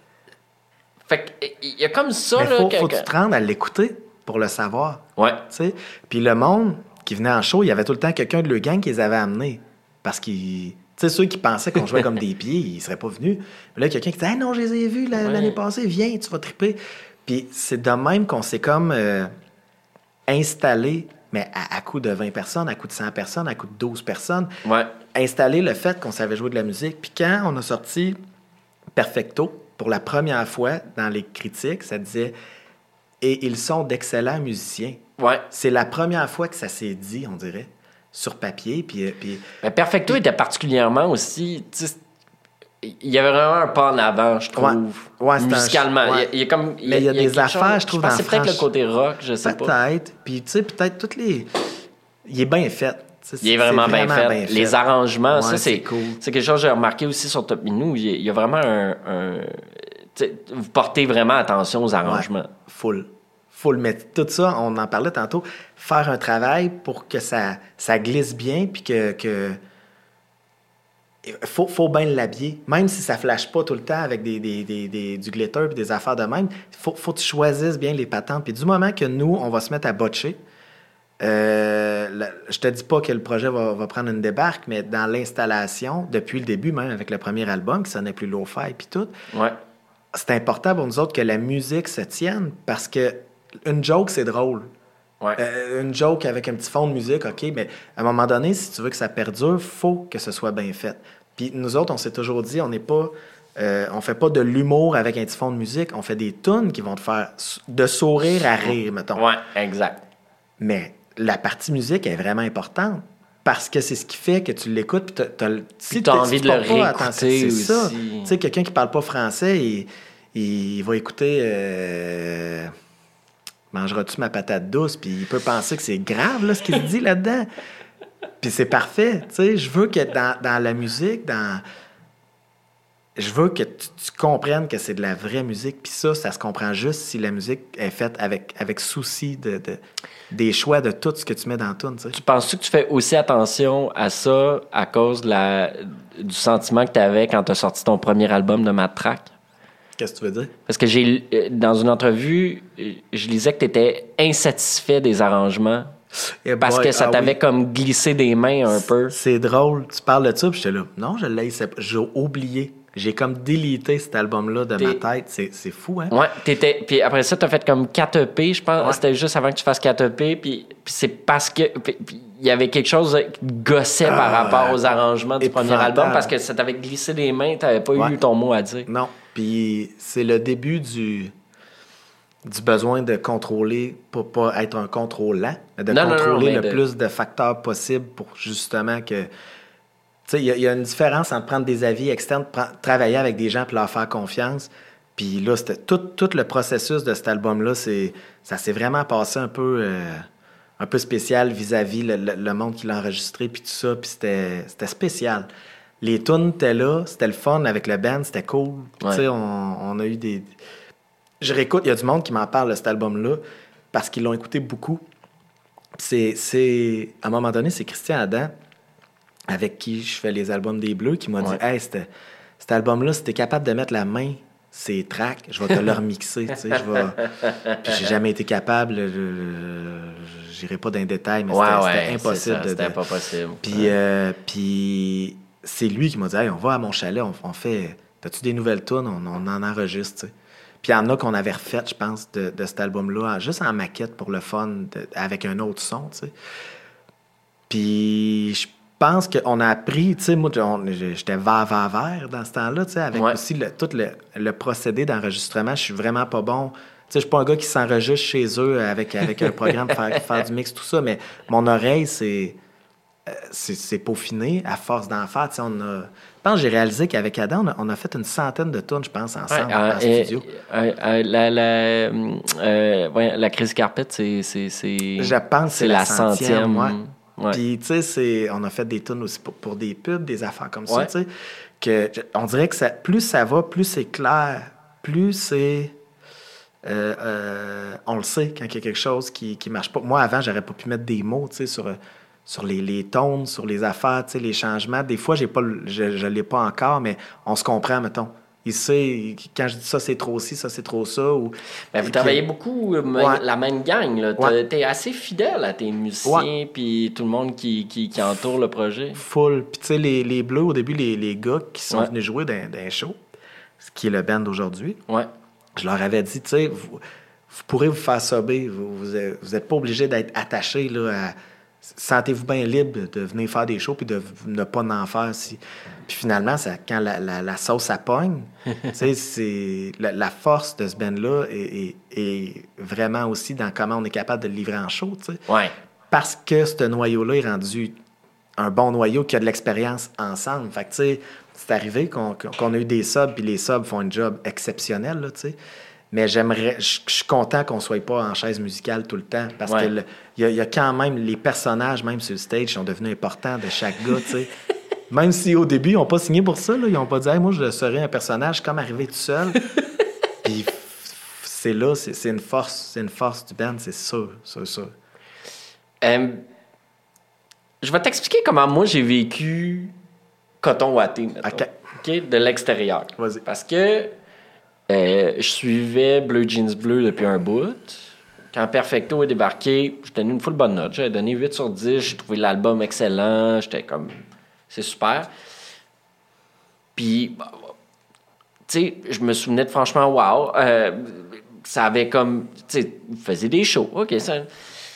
A: fait il y a comme ça.
B: Mais
A: là,
B: faut,
A: que,
B: faut
A: que...
B: tu te rendre à l'écouter pour le savoir.
A: Ouais.
B: T'sais? Puis le monde qui venait en show, il y avait tout le temps quelqu'un de leur gang qui les avait amenés. Parce qu'ils. Tu sais, ceux qui pensaient qu'on jouait comme des pieds, ils seraient pas venus. Mais là, quelqu'un qui disait, hey, non, je les ai vus la, ouais. l'année passée, viens, tu vas triper. Puis c'est de même qu'on s'est comme euh, installé. Mais à, à coup de vingt personnes, à coup de cent personnes, à coup de douze personnes,
A: ouais.
B: installer le fait qu'on savait jouer de la musique. Puis quand on a sorti Perfecto, pour la première fois dans les critiques, ça disait « Et ils sont d'excellents musiciens.
A: Ouais. » C'est
B: la première fois que ça s'est dit, on dirait, sur papier. Puis, puis,
A: mais Perfecto puis, était particulièrement aussi... Il y avait vraiment un pas en avant, je trouve,
B: ouais, ouais,
A: musicalement.
B: Un, ouais.
A: il, y a, il y a comme, il y a,
B: mais il y a,
A: il y a
B: des affaires,
A: chose,
B: je trouve,
A: je pense
B: dans
A: que c'est peut-être
B: franche...
A: le côté rock, je sais
B: peut-être.
A: pas.
B: Peut-être. Puis, tu sais, peut-être toutes les... Il est bien fait.
A: T'sais, il est vraiment, est vraiment bien, fait. bien fait. Les arrangements,
B: ouais,
A: ça, c'est,
B: c'est cool.
A: C'est quelque chose que j'ai remarqué aussi sur Top Minou. Il y a, il y a vraiment un... un vous portez vraiment attention aux arrangements.
B: Ouais, full. Full. Mais tout ça, on en parlait tantôt, faire un travail pour que ça, ça glisse bien, puis que... que faut, faut bien l'habiller. Même si ça flash pas tout le temps avec des, des, des, des, du glitter et des affaires de même, faut, faut que tu choisisses bien les patentes. Puis du moment que nous, on va se mettre à botcher, euh, la, je te dis pas que le projet va, va prendre une débarque, mais dans l'installation, depuis le début, même avec le premier album, qui sonnait plus lo-fi puis tout,
A: ouais.
B: c'est important pour nous autres que la musique se tienne parce que une joke, c'est drôle.
A: Ouais.
B: Euh, une joke avec un petit fond de musique, OK, mais à un moment donné, si tu veux que ça perdure, faut que ce soit bien fait. Puis nous autres, on s'est toujours dit, on n'est pas... Euh, on fait pas de l'humour avec un petit fond de musique, on fait des tunes qui vont te faire de sourire à rire, mettons.
A: Ouais, exact.
B: Mais la partie musique est vraiment importante parce que c'est ce qui fait que tu l'écoutes puis t'as, t'as, si
A: t'as
B: t'as
A: envie
B: si
A: de le
B: portes pas
A: réécouter
B: attention, c'est
A: aussi.
B: ça. Tu sais, quelqu'un qui parle pas français, il, il va écouter euh, Mangeras-tu ma patate douce, puis il peut penser que c'est grave là, ce qu'il dit là-dedans. Puis c'est parfait. Tu sais, je veux que dans, dans la musique, dans je veux que tu, tu comprennes que c'est de la vraie musique. Puis ça, ça se comprend juste si la musique est faite avec, avec souci de, de, des choix de tout ce que tu mets dans la tune.
A: Tu penses-tu que tu fais aussi attention à ça à cause de la, du sentiment que tu avais quand tu as sorti ton premier album de Mad Track?
B: Qu'est-ce que tu veux dire?
A: Parce que j'ai dans une entrevue, je lisais que tu étais insatisfait des arrangements. Yeah parce boy, que ça ah t'avait oui. comme glissé des mains un peu.
B: C'est drôle. Tu parles de ça, puis j'étais là. Non, je l'ai. J'ai oublié. J'ai comme délité cet album-là de T'es... ma tête. C'est, c'est fou, hein?
A: Ouais, t'étais... Puis après ça, t'as fait comme quatre E P, je pense. Ouais. C'était juste avant que tu fasses quatre E P. Puis, puis c'est parce que... il y avait quelque chose qui gossait ah, par rapport aux arrangements du premier album parce que ça t'avait glissé les mains, t'avais pas ouais. eu ton mot à dire.
B: Non. Puis c'est le début du... du besoin de contrôler, pour pas être un contrôlant, mais de non, contrôler non, non, mais le de... plus de facteurs possible pour justement que... Tu sais, il y, y a une différence entre prendre des avis externes, pre- travailler avec des gens pour leur faire confiance. Puis là, c'était tout, tout le processus de cet album-là, c'est, ça s'est vraiment passé un peu, euh, un peu spécial vis-à-vis le, le, le monde qui l'a enregistré, puis tout ça. Puis c'était, c'était spécial. Les tunes étaient là, c'était le fun avec le band, c'était cool. Ouais. Tu sais, on, on a eu des... Je réécoute, il y a du monde qui m'en parle de cet album-là parce qu'ils l'ont écouté beaucoup. C'est, c'est... À un moment donné, c'est Christian Adam, avec qui je fais les albums des Bleus, qui m'a ouais. dit « Hey, cet, cet album-là, si t'es capable de mettre la main ces tracks, je vais te le remixer. » Tu sais, je vais... Puis j'ai jamais été capable, je, je, j'irai pas dans les détails, mais
A: ouais,
B: c'était,
A: ouais,
B: c'était impossible.
A: Ça,
B: de,
A: c'était
B: de...
A: pas possible.
B: Puis, euh, puis c'est lui qui m'a dit « Hey, on va à mon chalet, on, on fait... T'as-tu des nouvelles tunes? On, on en enregistre. » tu sais. Puis il y en a qu'on avait refait, je pense, de, de cet album-là, juste en maquette pour le fun, de, avec un autre son, tu sais. Puis je Je pense qu'on a appris, tu sais, moi, on, j'étais vert, vert, vert dans ce temps-là, tu sais, avec ouais. aussi le, tout le, le procédé d'enregistrement. Je suis vraiment pas bon. Tu sais, je suis pas un gars qui s'enregistre chez eux avec, avec un programme pour faire, faire du mix, tout ça, mais mon oreille, c'est, c'est, c'est peaufiné à force d'en faire. Tu sais, on a... Je pense que j'ai réalisé qu'avec Adam, on a, on a fait une centaine de tunes, je pense, ensemble, ouais, euh, en euh, studio.
A: Euh, euh, la, la, euh, ouais, la Crise Carpet, c'est, c'est, c'est...
B: Je pense que c'est, c'est la, la centième, centième ouais.
A: Ouais.
B: Puis, tu sais, c'est, on a fait des tunes aussi pour, pour des pubs, des affaires comme ouais. ça, tu sais, que on dirait que ça, plus ça va, plus c'est clair, plus c'est... Euh, euh, on le sait quand il y a quelque chose qui ne marche pas. Moi, avant, j'aurais pas pu mettre des mots, tu sais, sur, sur les, les tones, sur les affaires, tu sais, les changements. Des fois, j'ai pas, je ne l'ai pas encore, mais on se comprend, mettons. Il sait, quand je dis ça, c'est trop ci, ça, c'est trop ça. Ou...
A: Ben, vous travaillez beaucoup, euh, ouais. la même gang. Là. Ouais. T'es assez fidèle à tes musiciens puis ouais. tout le monde qui, qui, qui entoure le projet.
B: Full. Puis tu sais, les, les Bleus, au début, les, les gars qui sont ouais. venus jouer dans, dans un show, ce qui est le band d'aujourd'hui,
A: ouais.
B: je leur avais dit, tu sais, vous, vous pourrez vous faire sober. Vous vous êtes, êtes pas obligés d'être attachés là, à... Sentez-vous bien libre de venir faire des shows puis de ne pas en faire. Si... Puis finalement, ça, quand la, la, la sauce, ça pogne, c'est, la, la force de ce band-là est, est, est vraiment aussi dans comment on est capable de le livrer en show.
A: Ouais.
B: Parce que ce noyau-là est rendu un bon noyau qui a de l'expérience ensemble. Fait que, tu sais, c'est arrivé qu'on, qu'on a eu des subs puis les subs font un job exceptionnel, là, tu sais. Mais j'aimerais, je suis content qu'on ne soit pas en chaise musicale tout le temps parce ouais. que il y, y a quand même les personnages, même sur le stage, sont devenus importants de chaque gars, tu sais. Même si au début, ils n'ont pas signé pour ça, là, ils n'ont pas dit hey, « moi, je serais un personnage comme arrivé tout seul. » Puis c'est là, c'est, c'est une force, c'est une force du band, c'est sûr, c'est sûr.
A: Um, je vais t'expliquer comment moi, j'ai vécu Coton Watté, mettons, OK. Okay, de l'extérieur.
B: Vas-y.
A: Parce que Euh, je suivais Bleu Jeans Bleu depuis un bout. Quand Perfecto est débarqué, j'ai donné une full bonne note. J'avais donné huit sur dix. J'ai trouvé l'album excellent. J'étais comme... C'est super. Puis, tu sais, je me souvenais de franchement, wow. Euh, ça avait comme... Tu sais, vous faisiez des shows. OK, ça...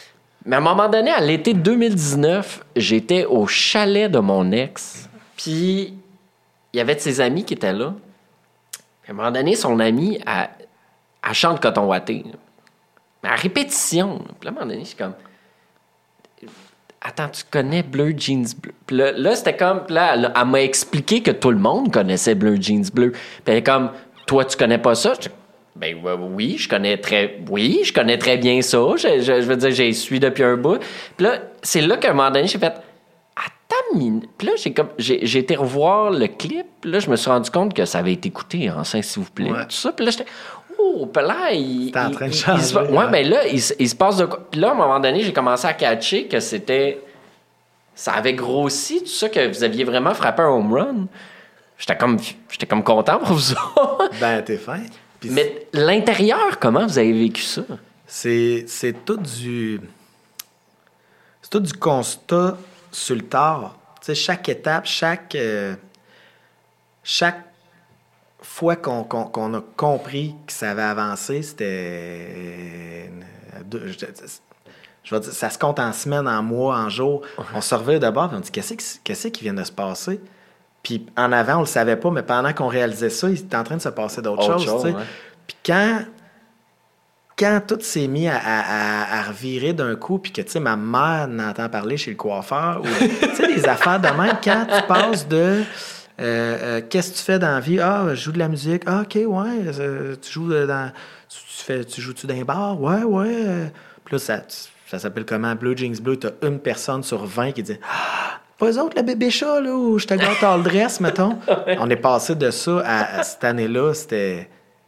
A: Mais à un moment donné, à l'été deux mille dix-neuf, j'étais au chalet de mon ex. Puis, il y avait de ses amis qui étaient là. Puis à un moment donné, son amie, elle, elle chante Coton Watté. Mais à répétition. Puis là, à un moment donné, je suis comme... Attends, tu connais Bleu Jeans Bleu? Puis là, là c'était comme... Puis là, elle, elle m'a expliqué que tout le monde connaissait Bleu Jeans Bleu. Puis elle est comme... Toi, tu connais pas ça? Je, ben oui, je connais très... Oui, je connais très bien ça. Je, je, je veux dire, j'y suis depuis un bout. Puis là, c'est là qu'à un moment donné, j'ai fait... Attends, mine... Puis là, j'ai, comme, j'ai, j'ai été revoir le clip. Là, je me suis rendu compte que ça avait été écouté en cinq, s'il vous plaît.
B: Ouais.
A: Tout ça. Puis là, j'étais... Oh, puis là, il...
B: T'es en train de
A: il,
B: changer.
A: Il, il, ouais,
B: ouais,
A: ben là, il, il se passe de quoi... Puis là, à un moment donné, j'ai commencé à catcher que c'était... Ça avait grossi, tout ça, que vous aviez vraiment frappé un home run. J'étais comme, j'étais comme content pour vous autres.
B: Ben, t'es fin. Puis
A: Mais l'intérieur, comment vous avez vécu ça?
B: C'est, c'est tout du... C'est tout du constat sur le tard. Tu sais, chaque étape, chaque... euh, chaque fois qu'on, qu'on, qu'on a compris que ça avait avancé, c'était... Je, je, je vais dire, ça se compte en semaines, en mois, en jours. On se revient d'abord et on dit, qu'est-ce, qui- qu'est-ce qui vient de se passer? Puis en avant, on le savait pas, mais pendant qu'on réalisait ça, il était en train de se passer d'autres
A: Autre
B: choses.
A: chose,
B: tu sais.
A: ouais.
B: Puis quand, quand tout s'est mis à, à, à, à revirer d'un coup, puis que tu sais, ma mère n'entend parler chez le coiffeur, ou tu sais, des affaires de même, quand tu passes de euh, euh, qu'est-ce que tu fais dans la vie? Ah, je joue de la musique. Ah, ok, ouais. euh, tu joues dans. Tu, tu fais, tu joues-tu dans un bar? Ouais, ouais. euh. Puis là, ça, ça s'appelle comment? Bleu Jeans Bleu, t'as une personne sur vingt qui dit ah, pas eux autres, le bébé chat, là, où je te gâte all dress, mettons. On est passé de ça à, à cette année-là, c'était.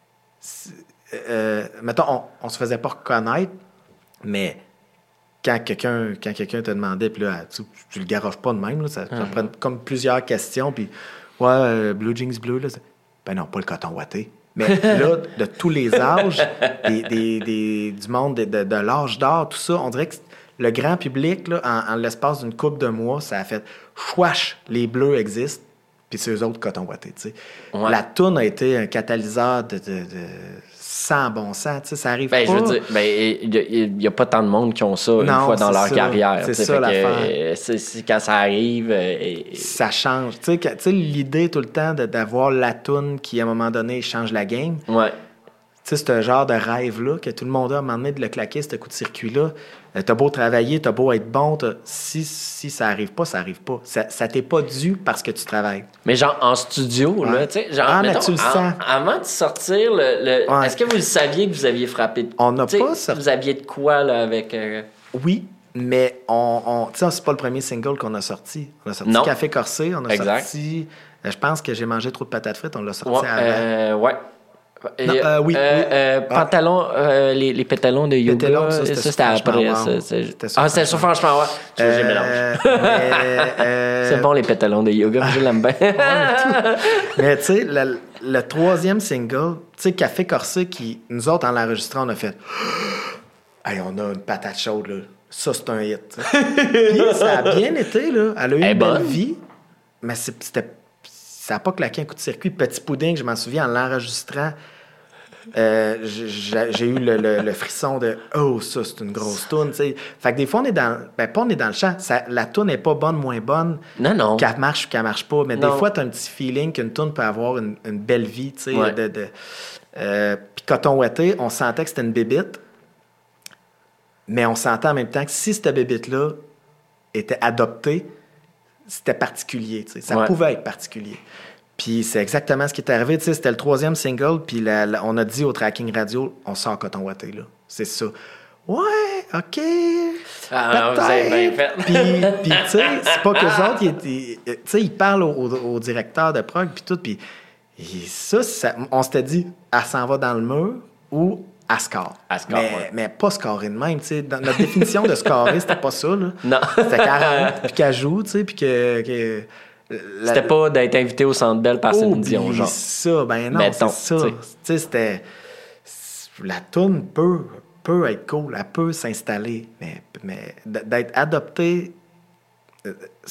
B: Euh, mettons, on, on se faisait pas reconnaître, mais quand quelqu'un quand quelqu'un te demandait, puis là, tu, tu le garoches pas de même, là, ça, ça
A: Mhm.
B: prend comme plusieurs questions, puis ouais, euh, Blue Jeans Bleu, là, c'est- ben non, pas le coton watté. Mais là, de tous les âges, des, des, des- du monde de, de, de l'âge d'or, tout ça, on dirait que le grand public, là, en, en l'espace d'une couple de mois, ça a fait chouache, les bleus existent, puis c'est eux autres coton watté, tu sais.
A: Ouais.
B: La toune a été un catalyseur de, de, de sans bon sens, tu sais, ça arrive
A: Ben,
B: pas.
A: je veux dire, ben, il n'y a pas tant de monde qui ont ça une
B: Non,
A: fois dans
B: c'est
A: leur
B: ça.
A: carrière.
B: C'est
A: tu sais,
B: ça,
A: fait que,
B: l'affaire.
A: euh, c'est, c'est quand ça arrive. euh, et-
B: Ça change. Tu sais, que- tu sais, l'idée tout le temps de- d'avoir la toune qui, à un moment donné, change la game.
A: Ouais.
B: Tu sais, c'est un genre de rêve-là que tout le monde a à un moment donné de le claquer, ce coup de circuit-là. Euh, t'as beau travailler, t'as beau être bon, t'as- si, si ça arrive pas, ça arrive pas. Ça, ça t'est pas dû parce que tu travailles.
A: Mais genre en studio,
B: Ouais.
A: là, tu sais, genre,
B: Ah, mais
A: mettons,
B: tu le
A: en-
B: sens.
A: avant de sortir, le, le-
B: Ouais.
A: est-ce que vous le saviez que vous aviez frappé de
B: On n'a
A: tu sais,
B: pas sorti-
A: Vous aviez de quoi, là, avec. euh,
B: Oui, mais on, on, tu sais, c'est pas le premier single qu'on a sorti. On a sorti
A: Non.
B: Café Corsé, on a
A: Exact.
B: sorti... euh, Je pense que j'ai mangé trop de patates frites, on l'a sorti
A: Ouais.
B: avant.
A: euh, ouais.
B: Non, euh, oui,
A: Euh,
B: oui.
A: euh,
B: Ah.
A: pantalons, euh, les, les pétalons de yoga.
B: Pétalons, ça,
A: ça,
B: c'était
A: c'était,
B: sur
A: après.
B: Franchement
A: ça,
B: Wow.
A: c'est-
B: C'était sur
A: ah, c'était sur
B: Franchement
A: Franchement, ouais. Tu vois, j'ai
B: Euh,
A: mélange.
B: mais, euh,
A: C'est bon, les pétalons de yoga, je l'aime bien.
B: Mais tu sais, le, le troisième single, tu sais, Café Corsé, qui, nous autres, en l'enregistrant, on a fait hey, on a une patate chaude, là. Ça, c'est un hit. tu sais. Puis ça a bien été, là. Elle a eu
A: Elle est
B: une belle
A: bonne.
B: vie, mais c'est- c'était. Ça n'a pas claqué un coup de circuit. Petit Pudding, je m'en souviens, en l'enregistrant, euh, j'ai j'ai eu le, le- le frisson de oh, ça, c'est une grosse toune. tu sais. Fait que des fois, on est dans. Ben, pas on est dans le champ. Ça, la toune n'est pas bonne, moins bonne.
A: Non, non.
B: Qu'elle marche ou qu'elle marche pas. Mais
A: Non.
B: des fois, tu as un petit feeling qu'une toune peut avoir une, une belle vie. tu sais,
A: Ouais.
B: de, de, euh, Puis Coton Watté, on sentait que c'était une bébite. Mais on sentait en même temps que si cette bébite-là était adoptée, c'était particulier. tu sais. Ça
A: Ouais.
B: pouvait être particulier. Puis c'est exactement ce qui est arrivé. tu sais, C'était le troisième single, puis la- la- on a dit au tracking radio, on sort Coton Watté, là. C'est ça. Ouais, OK.
A: Ah, vous avez bien fait.
B: Puis, puis, tu sais, c'est pas qu'eux autres, ils, ils- tu sais, ils parlent au, au- au directeur de prog, puis tout, puis et ça, ça- on s'était dit, elle s'en va dans le mur ou elle score.
A: Elle score,
B: mais,
A: ouais.
B: mais pas scorer de même, tu sais. Dans notre définition de scorer, c'était pas ça, là.
A: Non.
B: C'était qu'elle rentre, puis qu'elle joue, tu sais, puis que... que la-
A: C'était pas d'être invité au Centre Bell par Céline Dion,
B: Oublie
A: genre.
B: ça, ben non,
A: Mettons,
B: c'est ça.
A: tu
B: Tu
A: sais.
B: sais, c'était... La toune peut, peut être cool, elle peut s'installer, mais, mais d- d'être adoptée, euh,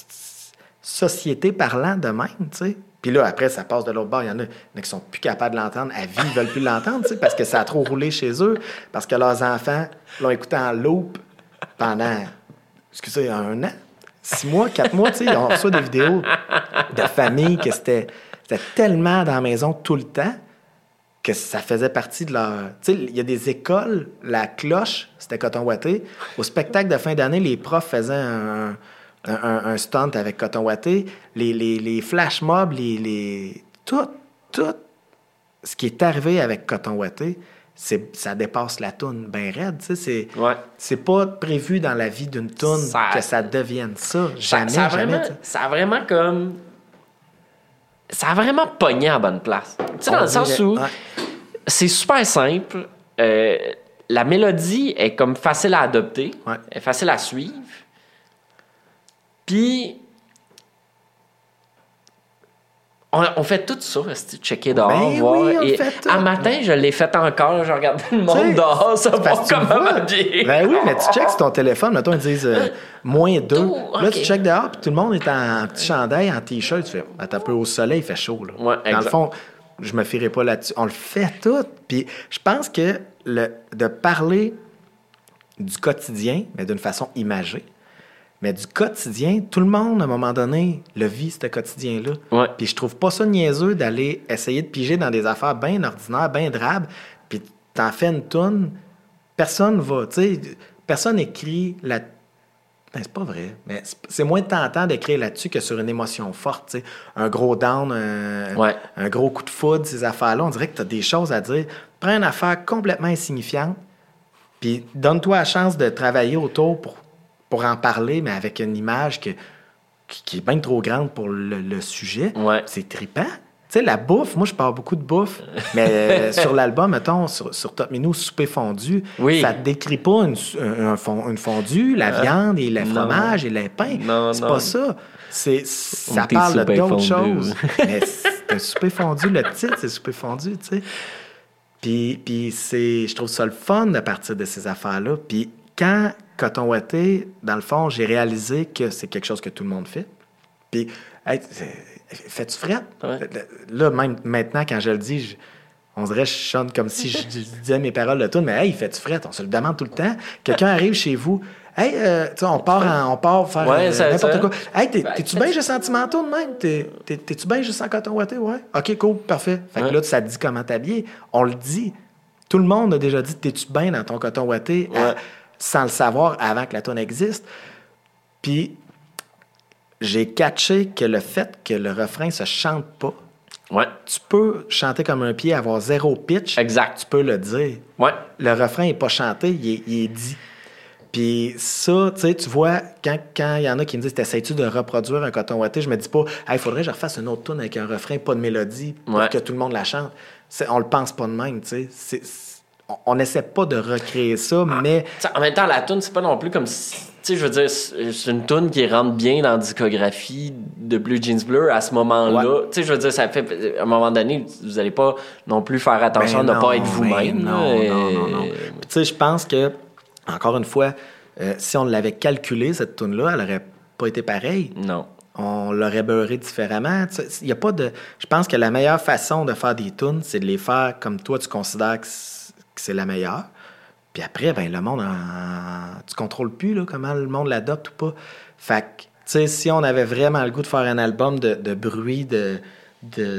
B: société parlant de même, tu sais. Puis là, après, ça passe de l'autre bord. Il y en a, il y en a qui sont plus capables de l'entendre. À vie, ils veulent plus l'entendre, tu sais, parce que ça a trop roulé chez eux, parce que leurs enfants l'ont écouté en loop pendant, excusez, un an, six mois, quatre mois, tu sais, on reçoit des vidéos de famille que c'était, c'était tellement dans la maison tout le temps que ça faisait partie de leur... Tu sais, il y a des écoles, la cloche, c'était coton ouaté. Au spectacle de fin d'année, les profs faisaient un, un, un, un stunt avec coton ouaté. Les, les, les flash mobs, les, les... Tout, tout ce qui est arrivé avec coton ouaté, c'est, ça dépasse la toune bien raide. Tu sais, c'est,
A: ouais.
B: c'est pas prévu dans la vie d'une toune ça... que ça devienne ça. Jamais,
A: ça, ça a
B: jamais.
A: Vraiment, ça a vraiment comme... Ça a vraiment pogné en bonne place. Tu sais, dans le sens où ouais. c'est super simple. Euh, la mélodie est comme facile à adopter.
B: Ouais.
A: Elle est facile à suivre. Puis, on, on fait tout ça, checker dehors,
B: ben
A: voir.
B: Oui, on
A: et
B: fait tout.
A: Un matin, je l'ai fait encore. Je regardais le monde t'sais, dehors, savoir comment m'habiller.
B: Ben oui, mais tu checkes sur ton téléphone. Mettons, ils disent euh, moins deux. Tout, là, okay. tu checkes dehors, puis tout le monde est en petit chandail, en T-shirt. Tu fais, attends un peu, au soleil, il fait chaud. Là.
A: Ouais,
B: Dans le fond, je me fierai pas là-dessus. On le fait tout. Puis je pense que le, de parler du quotidien, mais d'une façon imagée, mais du quotidien, tout le monde, à un moment donné, le vit, ce quotidien-là.
A: Ouais.
B: Puis je trouve pas ça niaiseux d'aller essayer de piger dans des affaires bien ordinaires, bien drabes, puis t'en fais une toune, personne va, tu sais, personne écrit la... Ben, c'est pas vrai, mais c'est moins tentant d'écrire là-dessus que sur une émotion forte, tu sais. Un gros down, un,
A: ouais.
B: un gros coup de foudre, ces affaires-là, on dirait que t'as des choses à dire. Prends une affaire complètement insignifiante, puis donne-toi la chance de travailler autour pour pour en parler, mais avec une image que, qui, qui est bien trop grande pour le, le sujet.
A: Ouais.
B: C'est trippant. Tu sais, la bouffe, moi, je parle beaucoup de bouffe, mais euh, sur l'album, mettons, sur, sur Top Minou, Souper fondu,
A: oui.
B: ça ne décrit pas une, un, un fond, une fondue, la euh, viande et le non. fromage et le pain.
A: Non,
B: c'est
A: non.
B: pas ça. C'est, ça parle d'autres fondu. choses. Mais c'est un souper fondu. Le titre, c'est Souper fondu, tu sais. Puis, puis c'est, je trouve ça le fun de partir de ces affaires-là. Puis quand... Coton ouaté, dans le fond, j'ai réalisé que c'est quelque chose que tout le monde fait. Puis, hey, fais-tu frette?
A: Ouais.
B: Là, même maintenant, quand je le dis, je, on dirait que je chante comme si je, je disais mes paroles de tout, mais hey, fais-tu frette? On se le demande tout le temps. Quelqu'un arrive chez vous, hey, euh, tu sais, on part en, on part faire
A: ouais,
B: euh,
A: ça,
B: n'importe
A: ça.
B: quoi. Hey, t'es,
A: ben,
B: t'es-tu bien juste sentimentaux de même? T'es, t'es, t'es-tu bien juste en coton ouaté? Ouais. OK, cool, parfait. Fait que
A: ouais.
B: là, ça te dit comment t'habiller. On le dit. Tout le monde a déjà dit, t'es-tu bien dans ton coton ouaté?
A: Ouais.
B: À, sans le savoir avant que la toune existe. Puis, j'ai catché que le fait que le refrain se chante pas,
A: ouais.
B: tu peux chanter comme un pied, avoir zéro pitch.
A: Exact.
B: Tu peux le dire.
A: Ouais.
B: Le refrain n'est pas chanté, il est, il est dit. Puis ça, tu sais, tu vois, quand il quand y en a qui me disent « T'essayes-tu de reproduire un coton ouaté? » Je me dis pas « Il faudrait que je refasse une autre toune avec un refrain, pas de mélodie, pour
A: ouais.
B: que tout le monde la chante. » On le pense pas de même, tu sais. C'est... On n'essaie pas de recréer ça, ah, mais...
A: En même temps, la toune, c'est pas non plus comme si... Tu sais, je veux dire, c'est une toune qui rentre bien dans la discographie de Blue Jeans Bleu à ce moment-là.
B: Ouais.
A: Tu sais, je veux dire, ça fait... À un moment donné, vous n'allez pas non plus faire attention
B: ben
A: à ne pas être vous-même.
B: Non,
A: et...
B: non, non, non. Puis tu sais, je pense que, encore une fois, euh, si on l'avait calculée, cette toune-là, elle aurait pas été pareille.
A: Non.
B: On l'aurait beurré différemment. Il y a pas de... Je pense que la meilleure façon de faire des tunes, c'est de les faire comme toi, tu considères que que c'est la meilleure. Puis après, ben le monde, en... tu contrôles plus là, comment le monde l'adopte ou pas. Fait que, tu sais, si on avait vraiment le goût de faire un album de, de bruit, de, de,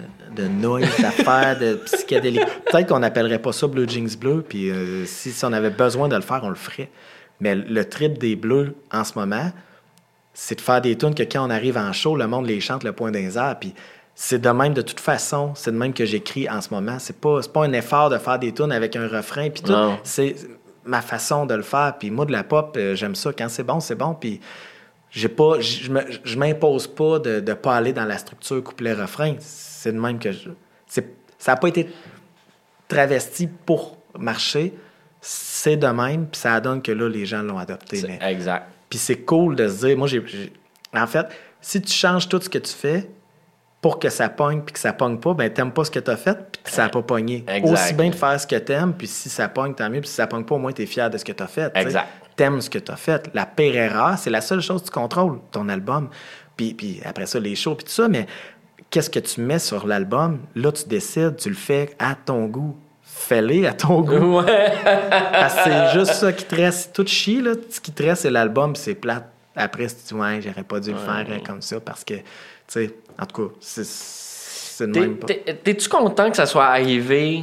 B: de noise, d'affaires, de psychédélique, peut-être qu'on n'appellerait pas ça Blue Jeans Bleu, puis euh, si, si on avait besoin de le faire, on le ferait. Mais le trip des Bleus, en ce moment, c'est de faire des tunes que quand on arrive en show, le monde les chante le point d'un airs, puis c'est de même de toute façon, c'est de même que j'écris en ce moment. C'est pas, c'est pas un effort de faire des tunes avec un refrain, puis tout.
A: Non.
B: C'est ma façon de le faire. Puis moi, de la pop, euh, j'aime ça. Quand c'est bon, c'est bon. Puis j'ai pas, je me, je m'impose pas de ne pas aller dans la structure couplet-refrain. C'est de même que je... C'est, ça n'a pas été travesti pour marcher. C'est de même, puis ça donne que là, les gens l'ont adopté.
A: C'est
B: mais...
A: exact.
B: Puis c'est cool de se dire... Moi, j'ai, j'ai... En fait, si tu changes tout ce que tu fais... pour que ça pogne, puis que ça pogne pas, ben t'aimes pas ce que t'as fait, puis que ça a pas pogné.
A: Exact.
B: Aussi bien de faire ce que t'aimes, puis si ça pogne, tant mieux, puis si ça pogne pas, au moins t'es fier de ce que t'as fait.
A: Exact.
B: T'sais. T'aimes ce que t'as fait. La pire erreur, c'est la seule chose que tu contrôles, ton album. Puis, puis après ça, les shows, puis tout ça, mais qu'est-ce que tu mets sur l'album? Là, tu décides, tu le fais à ton goût. fais-les à ton goût.
A: Ouais.
B: Parce que c'est juste ça qui te reste. Tout chie, là. Ce qui te reste, c'est l'album, puis c'est plate. Après, si tu dis, ouais, j'aurais pas dû le
A: Ouais.
B: faire euh, comme ça, parce que, tu sais, en tout cas, c'est, c'est le
A: T'es,
B: même.
A: t'es, t'es-tu content que ça soit arrivé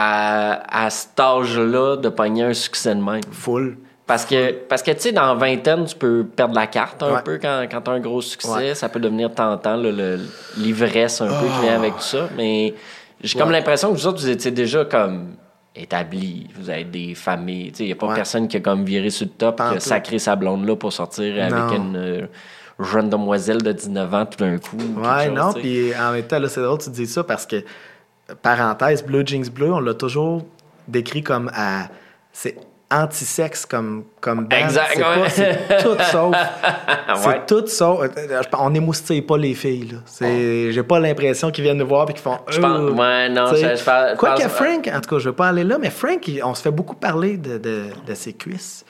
A: à, à cet âge-là de pogner un succès de même?
B: Full.
A: Parce que, parce que tu sais, dans la vingtaine, tu peux perdre la carte un
B: Ouais.
A: peu quand, quand tu as un gros succès.
B: Ouais.
A: Ça peut devenir tentant, là, le, l'ivresse un peu qui vient avec tout ça. Mais j'ai comme
B: Ouais.
A: l'impression que vous autres, vous étiez déjà comme établis. Vous avez des familles. Il n'y a pas
B: Ouais.
A: personne qui a comme viré sur le top
B: Pas en
A: qui a
B: tout.
A: sacré sa blonde là pour sortir
B: Non.
A: avec une euh, jeune demoiselle de dix-neuf ans tout d'un coup. ou quelque
B: Ouais,
A: chose,
B: non,
A: tu sais.
B: puis en même temps, là, c'est drôle que tu dis ça parce que, parenthèse, Blue Jeans Bleu, on l'a toujours décrit comme à. C'est anti-sexe comme, comme band.
A: Exact,
B: C'est,
A: ouais.
B: pas, c'est tout sauf. C'est
A: Ouais.
B: tout sauf. On n'émoustille pas les filles, là. C'est, j'ai pas l'impression qu'ils viennent nous voir et qu'ils font.
A: Je pense-
B: Euh,
A: ouais, non,
B: tu sais.
A: je- je parle- je
B: Quoi
A: parle-
B: que Frank, en tout cas, je veux pas aller là, mais Frank, il- on se fait beaucoup parler de, de, de ses cuisses.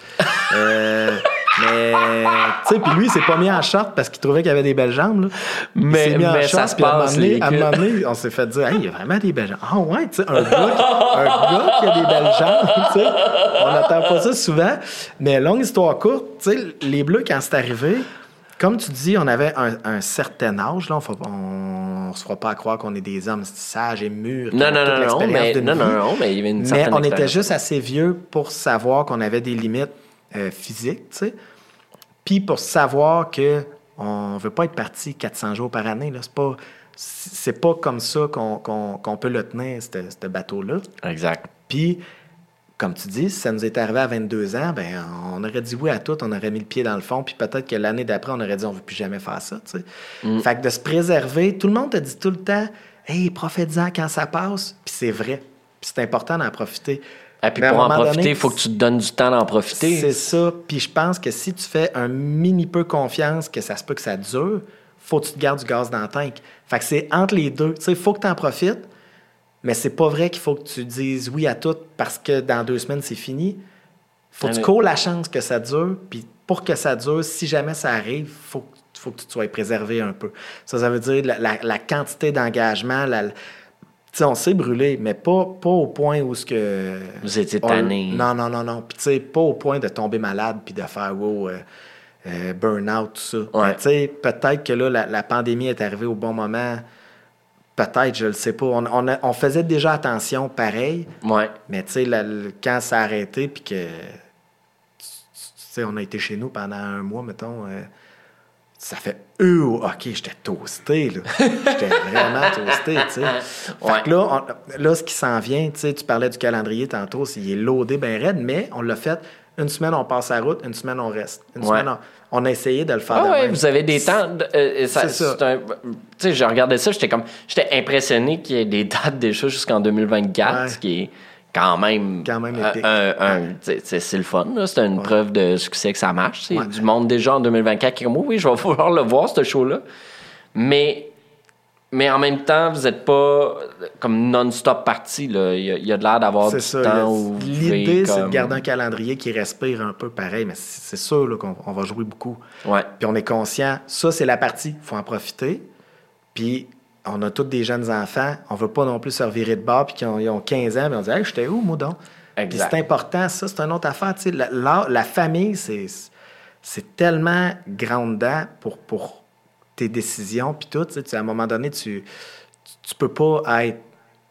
B: euh, mais, tu sais, puis lui, il s'est pas mis en short parce qu'il trouvait qu'il avait des belles jambes, là. Il
A: Mais-
B: s'est mis en
A: mais ça
B: short,
A: se
B: puis à un moment
A: passe,
B: donné-
A: les
B: à un
A: cuisses.
B: moment donné, on s'est fait dire, hey, il y a vraiment des belles jambes. Ah ouais, tu sais, un gars, qui- un gars qui a des belles jambes, tu sais, on n'entend pas ça souvent. Mais longue histoire courte, tu sais, les Bleus, quand c'est arrivé, comme tu dis, on avait un, un certain âge, là, on, faut- on, on se fera pas à croire qu'on est des hommes sages et mûrs. qui
A: Non,
B: ont
A: non,
B: toute
A: non, non,
B: l'expérience
A: mais,
B: d'une
A: non,
B: vie.
A: non, non, mais il y avait une
B: Mais
A: certaine
B: on était
A: expérience.
B: juste assez vieux pour savoir qu'on avait des limites euh, physiques, tu sais. Puis pour savoir que on veut pas être parti quatre cents jours par année, là. C'est pas, c'est pas comme ça qu'on, qu'on, qu'on peut le tenir, ce ce bateau-là.
A: Exact.
B: Puis, comme tu dis, si ça nous était arrivé à vingt-deux ans, ben on aurait dit oui à tout, on aurait mis le pied dans le fond, puis peut-être que l'année d'après, on aurait dit on veut plus jamais faire ça, tu sais.
A: Mm.
B: Fait que de se préserver, tout le monde te dit tout le temps, hey, profite-en quand ça passe, puis c'est vrai. Puis c'est important d'en profiter.
A: Et puis
B: Mais à
A: pour
B: un
A: en
B: moment
A: profiter,
B: donné,
A: il faut que tu te donnes du temps d'en profiter.
B: C'est ça. Puis je pense que si tu fais un mini peu confiance que ça se peut que ça dure, faut que tu te gardes du gaz dans le tank. Fait que c'est entre les deux. Tu sais, il faut que tu en profites, mais c'est pas vrai qu'il faut que tu dises oui à tout parce que dans deux semaines, c'est fini. Faut que
A: Ah,
B: tu
A: mais-
B: cours la chance que ça dure, puis pour que ça dure, si jamais ça arrive, faut, faut que tu te sois préservé un peu. Ça, ça veut dire la, la- la quantité d'engagement, la... Tu sais, on s'est brûlé, mais pas, pas au point où ce que...
A: Vous étiez
B: on-
A: tanné.
B: Non, non, non, non. Puis tu sais, pas au point de tomber malade puis de faire wow, euh, euh, burn-out, tout ça.
A: Ouais.
B: Mais tu sais, peut-être que là, la, la pandémie est arrivée au bon moment. Peut-être, je le sais pas. On, on, a- on faisait déjà attention, pareil.
A: Ouais.
B: Mais tu sais, la- le- quand ça a arrêté puis que... Tu sais, on a été chez nous pendant un mois, mettons... euh, ça fait euh, OK, j'étais toasté, là. J'étais vraiment toasté, tu sais. Fait
A: Ouais.
B: que là, on- là, ce qui s'en vient, tu sais, tu parlais du calendrier tantôt, c'est, il est loadé bien raide, mais on l'a fait. Une semaine, on passe la route, une semaine, on reste. Une
A: Ouais.
B: semaine, on, on a essayé de le faire
A: Ah
B: de
A: ouais,
B: même.
A: vous avez des temps. de- euh, ça-
B: C'est ça.
A: c'est un- tu sais, je regardais ça, j'étais comme. J'étais impressionné qu'il y ait des dates déjà jusqu'en deux mille vingt-quatre,
B: Ouais.
A: ce qui est quand même.
B: Quand même
A: un-
B: épique.
A: un- un- tu sais, c'est, c'est le fun, là. C'est une preuve de succès que ça marche. C'est
B: Ouais.
A: du monde déjà en deux mille vingt-quatre qui est comme, oui, oui, je vais pouvoir le voir, ce show-là. Mais. Mais en même temps, vous n'êtes pas comme non-stop parti. Là. Il, y a, il y a de l'air d'avoir
B: C'est
A: du
B: ça.
A: temps
B: le-
A: où vous
B: L'idée,
A: pouvez
B: c'est de
A: comme-
B: garder un calendrier qui respire un peu pareil, mais c'est, c'est sûr là, qu'on on va jouer beaucoup.
A: Ouais.
B: Puis on est conscient, ça, c'est la partie, il faut en profiter. Puis on a tous des jeunes enfants, on veut pas non plus se revirer de bord, puis qu'ils ont, ils ont quinze ans, puis on dit « Hey, j'étais où, moi donc? » Puis
A: Exact.
B: c'est important, ça, c'est une autre affaire. Tu sais, la, la, la famille, c'est, c'est tellement grandant pour, pour tes décisions, puis tout. Tu sais, tu- à un moment donné, tu, tu, tu peux pas être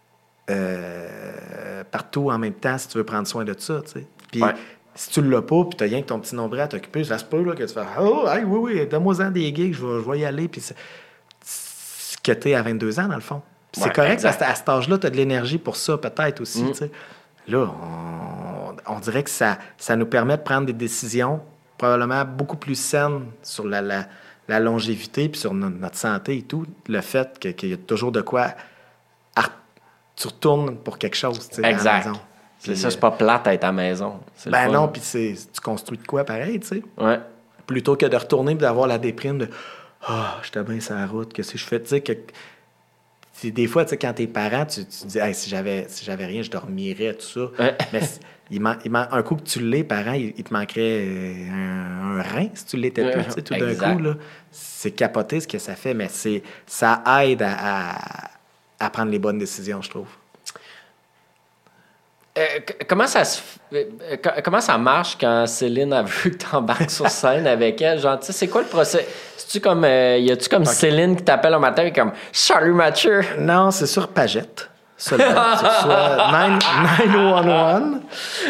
B: euh, partout en même temps si tu veux prendre soin de ça, tu sais. Puis
A: Ouais.
B: si tu l'as pas, puis tu n'as rien que ton petit nombril à t'occuper, ça se peut là, que tu fais « Oh, hey, oui, oui, donne-moi-en des gigs, je vais, je vais y aller. » Puis c'est ce que tu es à vingt-deux ans, dans le fond. Puis
A: Ouais,
B: c'est correct,
A: exact.
B: parce qu'à cet âge-là, tu as de l'énergie pour ça, peut-être aussi,
A: Mm.
B: tu sais. Là, on, on dirait que ça, ça nous permet de prendre des décisions probablement beaucoup plus saines sur la, la, la longévité puis sur no- notre santé et tout. Le fait que- qu'il y a toujours de quoi... à- tu retournes pour quelque chose, tu sais, à la
A: Exact.
B: maison.
A: C'est
B: Puis,
A: ça, c'est pas plate à être à la maison. C'est le
B: Ben
A: fun.
B: non, puis c'est, tu construis de quoi pareil, tu sais.
A: Ouais.
B: Plutôt que de retourner et d'avoir la déprime de « Ah, j'étais bien sur la route, qu'est-ce que je fais? » Tu sais, que... c'est des fois, tu sais, quand t'es parent, tu, tu te dis hey, si j'avais si j'avais rien, je dormirais, tout ça.
A: Ouais.
B: Mais c- il man- il man- un coup que tu l'es, parent, il, il te manquerait euh, un, un rein si tu l'étais plus, tu sais, tout d'un
A: Exact.
B: coup. Là, c'est capoté ce que ça fait, mais c'est, ça aide à, à, à prendre les bonnes décisions, je trouve.
A: euh, comment ça se euh, comment ça marche quand Céline a vu que t'embarques sur scène avec elle? Genre, tu sais, c'est quoi le procès? C'est-tu comme, euh, y a-tu comme okay. Céline qui t'appelle un matin et comme « Salut Mathieu! »
B: Non, c'est sur Pagette. Seulement, c'est soit neuf un un.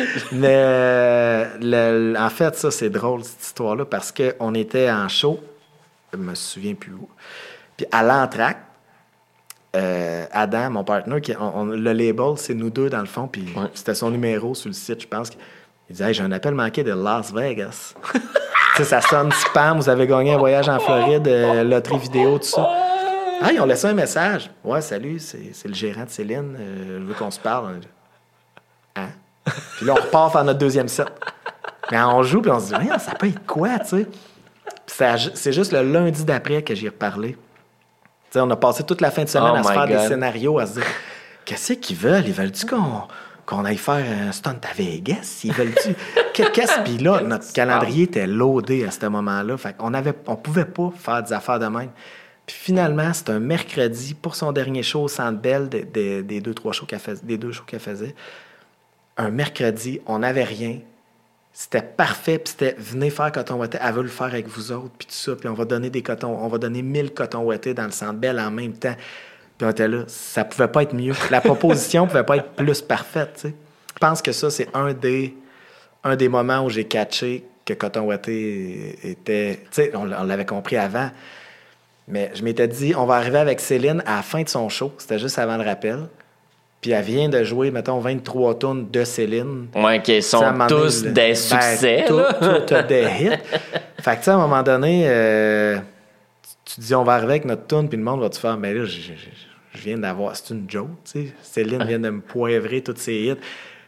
B: Mais le, en fait, ça, c'est drôle, cette histoire-là, parce qu'on était en show, je me souviens plus où. Puis à l'entracte, euh, Adam, mon partenaire, qui, on, on, le label, c'est nous deux dans le fond, puis ouais. C'était son numéro sur le site, je pense. Il disait hey, « J'ai un appel manqué de Las Vegas. » Tu sais, ça sonne spam, vous avez gagné un voyage en Floride, euh, loterie vidéo, tout ça. Ah, ils ont laissé un message. Ouais, salut, c'est, c'est le gérant de Céline. Euh, je veux qu'on se parle. Hein? Puis là, on repart faire notre deuxième set. Mais on joue, puis on se dit, ouais, ça peut être quoi, tu sais? Ça, c'est juste le lundi d'après que j'y ai reparlé. Tu sais, on a passé toute la fin de semaine oh à se faire God. Des scénarios, à se dire, qu'est-ce qu'ils veulent? Ils veulent-tu qu'on, qu'on aille faire un stunt à Vegas? Ils veulent-tu? Qu'est-ce? Puis là, notre calendrier était loadé à ce moment-là. Fait qu'on avait, on pouvait pas faire des affaires de même. Puis finalement, c'est un mercredi pour son dernier show au Centre Bell de, de, des, deux, trois shows qu'elle fais, des deux shows qu'elle faisait. Un mercredi, on n'avait rien. C'était parfait, puis c'était « Venez faire coton ouaté, elle veut le faire avec vous autres, puis tout ça, puis on va donner des cotons, on va donner mille cotons ouatés dans le Centre Bell en même temps. » Puis on était là, ça pouvait pas être mieux. La proposition pouvait pas être plus parfaite, tu sais. Je pense que ça, c'est un des, un des moments où j'ai catché que coton ouaté était... Tu sais, on, on l'avait compris avant. Mais je m'étais dit, on va arriver avec Céline à la fin de son show. C'était juste avant le rappel. Puis elle vient de jouer, mettons, vingt-trois tunes de Céline.
A: Ouais, qui sont tous donné, des succès. Ben,
B: tout, tout des hits. Fait que, tu sais, à un moment donné, euh, tu, tu dis, on va arriver avec notre tune, puis le monde va te faire, mais là, je, je, je viens d'avoir. C'est une joke, tu sais. Céline vient de me poivrer tous ses hits.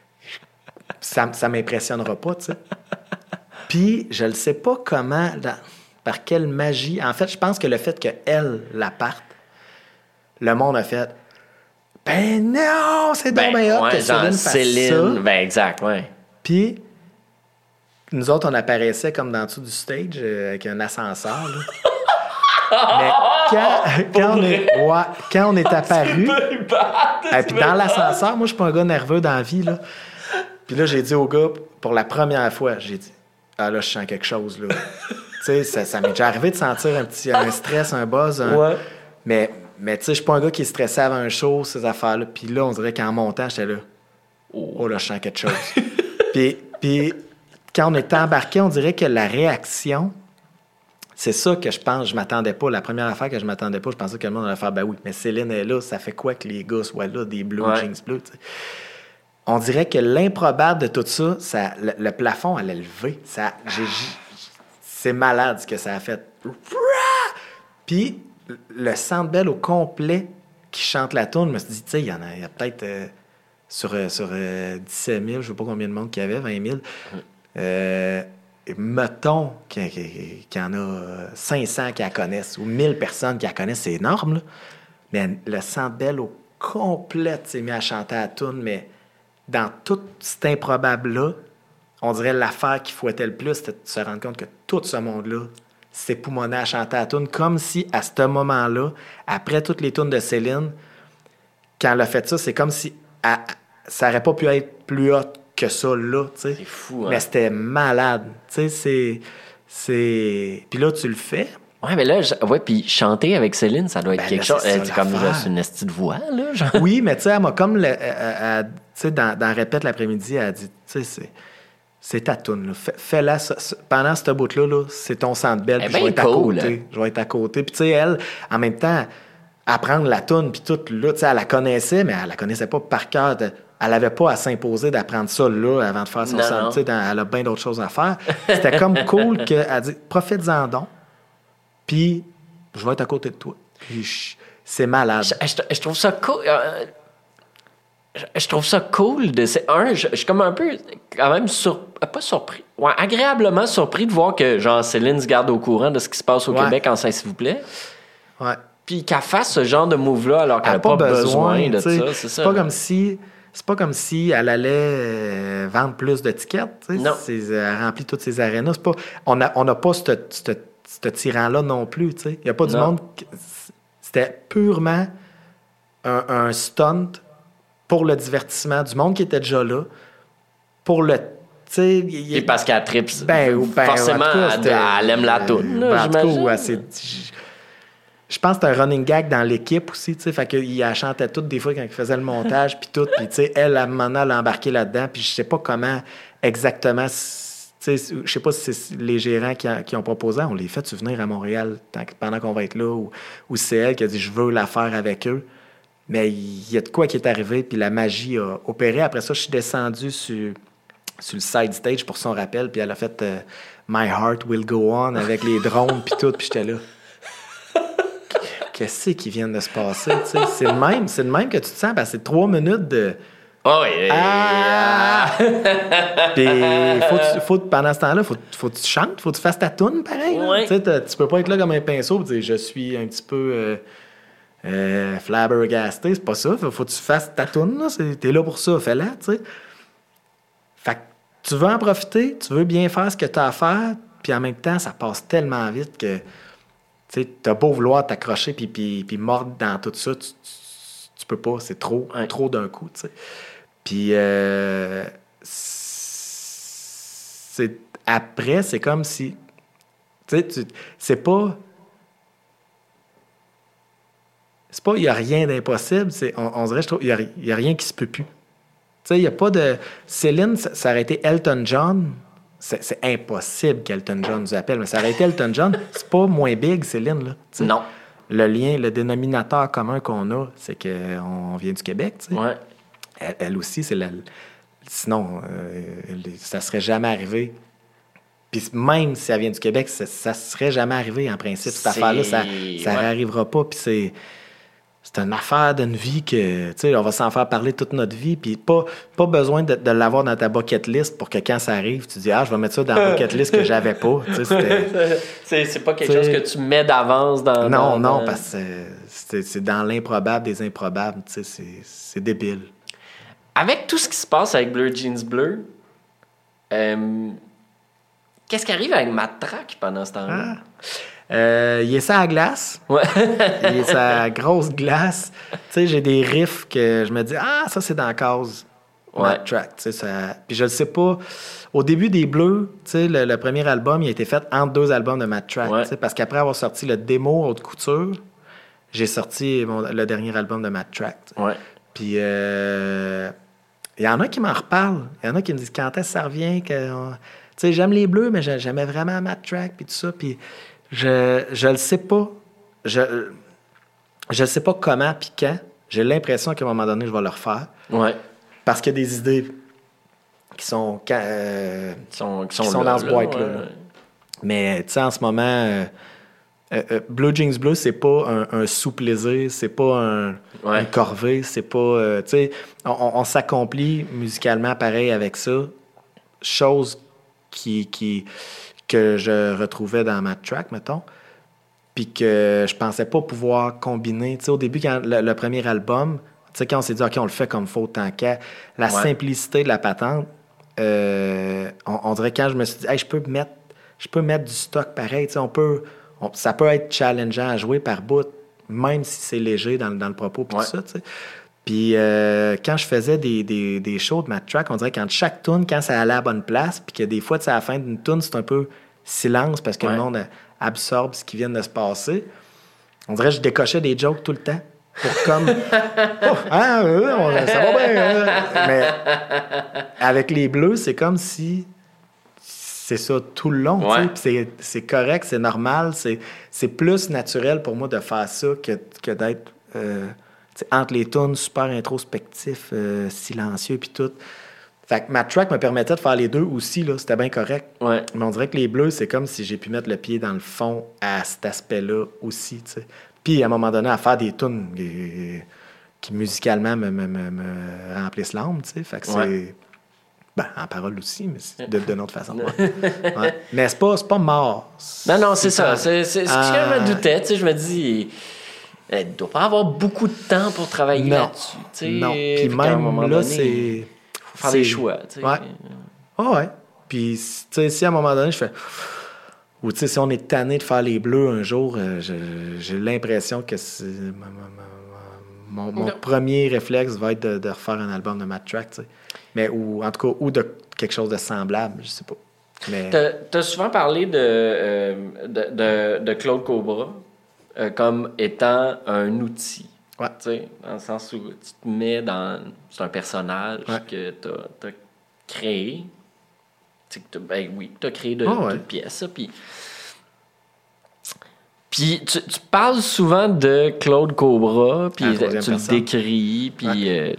B: Ça, ça m'impressionnera pas, tu sais. Puis, je ne sais pas comment. Dans, par quelle magie. En fait, je pense que le fait qu'elle la parte, le monde a fait ben non, c'est ben, dommage hot
A: ouais,
B: que Céline fasse
A: Céline,
B: ça.
A: Ben exact, ouais.
B: Puis, nous autres, on apparaissait comme dans le dessous du stage euh, avec un ascenseur. Là. Mais quand, quand, on est, ouais, quand on est apparu, et puis dans l'ascenseur, moi, je suis pas un gars nerveux dans la vie. Là. Puis là, j'ai dit au gars, pour la première fois, j'ai dit ah là, je sens quelque chose. Là. Tu sais, ça, ça m'est déjà arrivé de sentir un petit un stress, un buzz. Un...
A: Ouais.
B: Mais, mais tu sais, je suis pas un gars qui est stressé avant un show, ces affaires-là. Puis là, on dirait qu'en montant, j'étais là. Oh, oh là, je sens quelque chose. puis, puis, quand on était embarqué, on dirait que la réaction, c'est ça que je pense, je m'attendais pas. La première affaire que je m'attendais pas, je pensais que le monde allait faire ben oui, mais Céline est là, ça fait quoi que les gars soient là, des blue
A: ouais.
B: jeans bleus, tu sais. On dirait que l'improbable de tout ça, ça le, le plafond allait lever. Ça, j'ai, c'est malade ce que ça a fait. Puis, le Centre Bell au complet qui chante la tourne, je me suis dit, tu sais, il y en a, il y a peut-être euh, sur, euh, sur euh, dix-sept mille, je ne sais pas combien de monde qu'il y avait, vingt mille. Euh, mettons qu'il y, qu'il y en a cinq cents qui la connaissent ou mille personnes qui la connaissent, c'est énorme, là. Mais le Centre Bell au complet s'est mis à chanter la tourne, mais dans tout cet improbable-là, on dirait l'affaire qui fouettait le plus, c'était de se rendre compte que tout ce monde-là s'époumonait à chanter la tourne, comme si, à ce moment-là, après toutes les tunes de Céline, quand elle a fait ça, c'est comme si elle, ça n'aurait pas pu être plus hot que ça, là, tu sais.
A: C'est fou, hein?
B: Mais c'était malade, tu sais, c'est... c'est... Puis là, tu le fais...
A: Ouais, mais là, je... ouais, puis chanter avec Céline, ça doit être
B: ben
A: quelque
B: là,
A: chose.
B: C'est,
A: c'est comme juste une estie de voix, là. Genre.
B: Oui, mais tu sais, elle m'a comme. Le, elle, elle, tu sais, dans, dans Répète l'après-midi, elle a dit, tu sais, c'est, c'est ta toune, là. Fais, fais-la. Pendant ce bout-là, là, c'est ton Centre Bell. Puis je vais être cool, à côté. Hein? Je vais être à côté. Puis tu sais, elle, en même temps, apprendre la toune, puis tout, là, tu sais, elle la connaissait, mais elle la connaissait pas par cœur. De, elle n'avait pas à s'imposer d'apprendre ça là avant de faire son Centre. Tu sais, elle a bien d'autres choses à faire. C'était comme cool qu'elle dit, profite-en donc. Puis. Je vais être à côté de toi. Puis c'est malade.
A: Je, je, je trouve ça cool. Euh, je, je trouve ça cool. De, c'est, un, je, je suis comme un peu, quand même, sur, pas surpris. Ouais, agréablement surpris de voir que genre Céline se garde au courant de ce qui se passe au ouais. Québec en Saint, s'il vous plaît.
B: Ouais.
A: Puis qu'elle fasse ce genre de move-là alors qu'elle n'a pas, pas besoin, besoin de ça. C'est,
B: c'est
A: ça.
B: Pas comme si. C'est pas comme si elle allait euh, vendre plus de tickets.
A: Non.
B: C'est, elle remplit toutes ses arénas. C'est pas, on n'a on a pas cette. cette ce tyran-là non plus, tu sais. Il n'y a pas du non. monde... C'était purement un, un stunt pour le divertissement du monde qui était déjà là, pour le...
A: Y... Et parce qu'elle tripe,
B: ben, ben,
A: forcément,
B: cas,
A: elle, elle aime la toune,
B: euh,
A: ben,
B: j'imagine. Je pense que c'est un running gag dans l'équipe aussi, tu sais, fait qu'il chantait tout des fois quand il faisait le montage, puis tout, puis tu sais, elle, à un moment donné, elle a embarqué là-dedans, puis je sais pas comment exactement, tu sais, je sais pas si c'est les gérants qui, a, qui ont proposé, on les fait venir à Montréal tant que, pendant qu'on va être là, ou, ou c'est elle qui a dit, je veux la faire avec eux, mais il y a de quoi qui est arrivé, puis la magie a opéré. Après ça, je suis descendu sur, sur le side stage pour son rappel, puis elle a fait euh, My Heart Will Go On avec les drones, puis tout, puis j'étais là. Qu'est-ce qui vient de se passer, tu sais? C'est le même, c'est le même que tu te sens, parce que c'est trois minutes de...
A: Oh, yeah.
B: Ah! Puis, faut, tu, faut, pendant ce temps-là, faut, faut que tu chantes, faut que tu fasses ta toune, pareil.
A: Ouais.
B: Tu sais, tu peux pas être là comme un pinceau et dire, je suis un petit peu euh, euh, flabbergasté, c'est pas ça. Faut, faut que tu fasses ta toune, là. C'est, t'es là pour ça, fais-la, tu sais. Fait que tu veux en profiter, tu veux bien faire ce que tu as à faire, puis en même temps, ça passe tellement vite que... Tu sais, t'as beau vouloir t'accrocher puis, puis, puis mordre dans tout ça, tu, tu, tu peux pas, c'est trop, ouais. trop d'un coup, tu sais. Puis euh, c'est, après, c'est comme si, tu sais, tu, c'est pas, c'est pas, il y a rien d'impossible, c'est, on, on dirait, je trouve, il y a, y a rien qui se peut plus. Tu sais, il y a pas de, Céline, ça, ça aurait été Elton John. C'est, c'est impossible qu'Elton John nous appelle, mais ça aurait été Elton John. C'est pas moins big, Céline, là. T'sais.
A: Non.
B: Le lien, le dénominateur commun qu'on a, c'est qu'on vient du Québec, tu sais.
A: Ouais.
B: Elle, elle aussi, c'est la... Sinon, euh, ça serait jamais arrivé. Puis même si elle vient du Québec, ça, ça serait jamais arrivé, en principe. Cette c'est... affaire-là, ça ça ouais. n'arrivera pas. Puis c'est... C'est une affaire d'une vie que, tu sais, on va s'en faire parler toute notre vie, puis pas, pas besoin de, de l'avoir dans ta bucket list pour que quand ça arrive, tu dis, ah, je vais mettre ça dans la bucket list que j'avais pas. Tu sais,
A: c'est, c'est pas quelque chose que tu mets d'avance dans...
B: Non,
A: dans,
B: non,
A: dans...
B: parce que c'est, c'est dans l'improbable des improbables, tu sais, c'est, c'est débile.
A: Avec tout ce qui se passe avec Bleu Jeans Bleu, euh, qu'est-ce qui arrive avec Matt Track pendant ce temps-là? Ah.
B: Euh, il est sur la glace.
A: Ouais.
B: Il est sur la grosse glace. Tu sais, j'ai des riffs que je me dis, ah, ça, c'est dans la case
A: ouais.
B: Matt Track. Tu sais, ça... Puis je le sais pas. Au début des Bleus, tu sais, le, le premier album, il a été fait entre deux albums de Matt Track.
A: Ouais.
B: Tu sais, parce qu'après avoir sorti le démo haute couture, j'ai sorti mon, le dernier album de Matt Track.
A: Ouais.
B: Puis euh, il y en a qui m'en reparlent. Il y en a qui me disent, quand est-ce que ça revient? Que on... Tu sais, j'aime les Bleus, mais j'aimais vraiment Matt Track, puis tout ça. Puis Je je le sais pas. Je je sais pas comment puis quand. J'ai l'impression qu'à un moment donné, je vais le refaire.
A: Ouais.
B: Parce qu'il y a des idées qui sont, euh,
A: qui sont, qui sont,
B: qui sont
A: là,
B: dans ce
A: là,
B: boîte-là.
A: ouais.
B: Là. Mais tu sais, en ce moment, euh, euh, Blue Jeans Bleu, c'est pas un, un sous-plaisir, c'est pas un,
A: ouais.
B: une corvée, c'est pas... Euh, tu sais, on, on s'accomplit musicalement pareil avec ça. Chose qui... qui que je retrouvais dans Matt Track, mettons, puis que je pensais pas pouvoir combiner. Tu sais, au début, quand le, le premier album, tu sais, quand on s'est dit, OK, on le fait comme faut, tant qu'à, la ouais. simplicité de la patente, euh, on, on dirait quand je me suis dit, hey, je peux mettre, je peux mettre du stock pareil, tu sais, on peut, on, ça peut être challengeant à jouer par bout, même si c'est léger dans, dans le propos, puis ouais. tout ça, tu sais. Puis euh, quand je faisais des, des, des shows de Matt Track, on dirait quand chaque tune, quand ça allait à la bonne place, puis que des fois, tu sais, à la fin d'une tune, c'est un peu silence parce que ouais. le monde absorbe ce qui vient de se passer. On dirait que je décochais des jokes tout le temps pour comme... oh, ah, euh, ça va bien. Euh. Mais avec les Bleus, c'est comme si c'est ça tout le long. Ouais. C'est, c'est correct, c'est normal. C'est, c'est plus naturel pour moi de faire ça que, que d'être... Euh, entre les tunes, super introspectif, euh, silencieux, puis tout. Fait que ma track me permettait de faire les deux aussi, là, c'était bien correct.
A: Ouais.
B: Mais on dirait que les Bleus, c'est comme si j'ai pu mettre le pied dans le fond à cet aspect-là aussi, tu sais. Puis, à un moment donné, à faire des tunes qui, qui musicalement, me, me, me, me remplissent l'âme, tu sais. Fait que c'est... Ouais. Ben, en parole aussi, mais c'est de, de notre façon. Ouais. Ouais. Mais c'est pas, c'est pas mort.
A: Non, non, c'est, c'est ça. C'est, c'est, c'est ce que je me doutais, tu sais. Je me dis... Il ne doit pas avoir beaucoup de temps pour travailler
B: non.
A: là-dessus. T'sais.
B: Non. Puis même là, donné, c'est...
A: Il faut faire c'est... des choix. T'sais.
B: Ouais. Ah oh, ouais. Puis, tu sais, si à un moment donné, je fais... Ou, tu sais, si on est tanné de faire les Bleus un jour, euh, je, j'ai l'impression que c'est... mon, mon
A: Non.
B: premier réflexe va être de, de refaire un album de Matt Track, tu sais. Mais, ou en tout cas, ou de quelque chose de semblable, je sais pas. Mais...
A: T'as, t'as souvent parlé de, euh, de, de, de Claude Cobra euh, comme étant un outil.
B: Ouais.
A: Tu sais, dans le sens où tu te mets dans... C'est un personnage
B: Ouais.
A: que t'as, t'as créé. Tu sais, que t'as- ben oui, t'as créé de
B: Oh, ouais.
A: toutes pièces, ça, puis... Puis tu, tu parles souvent de Claude Cobra, puis
B: En
A: tu
B: troisième
A: le
B: personne.
A: décris, puis...
B: Ouais.
A: euh,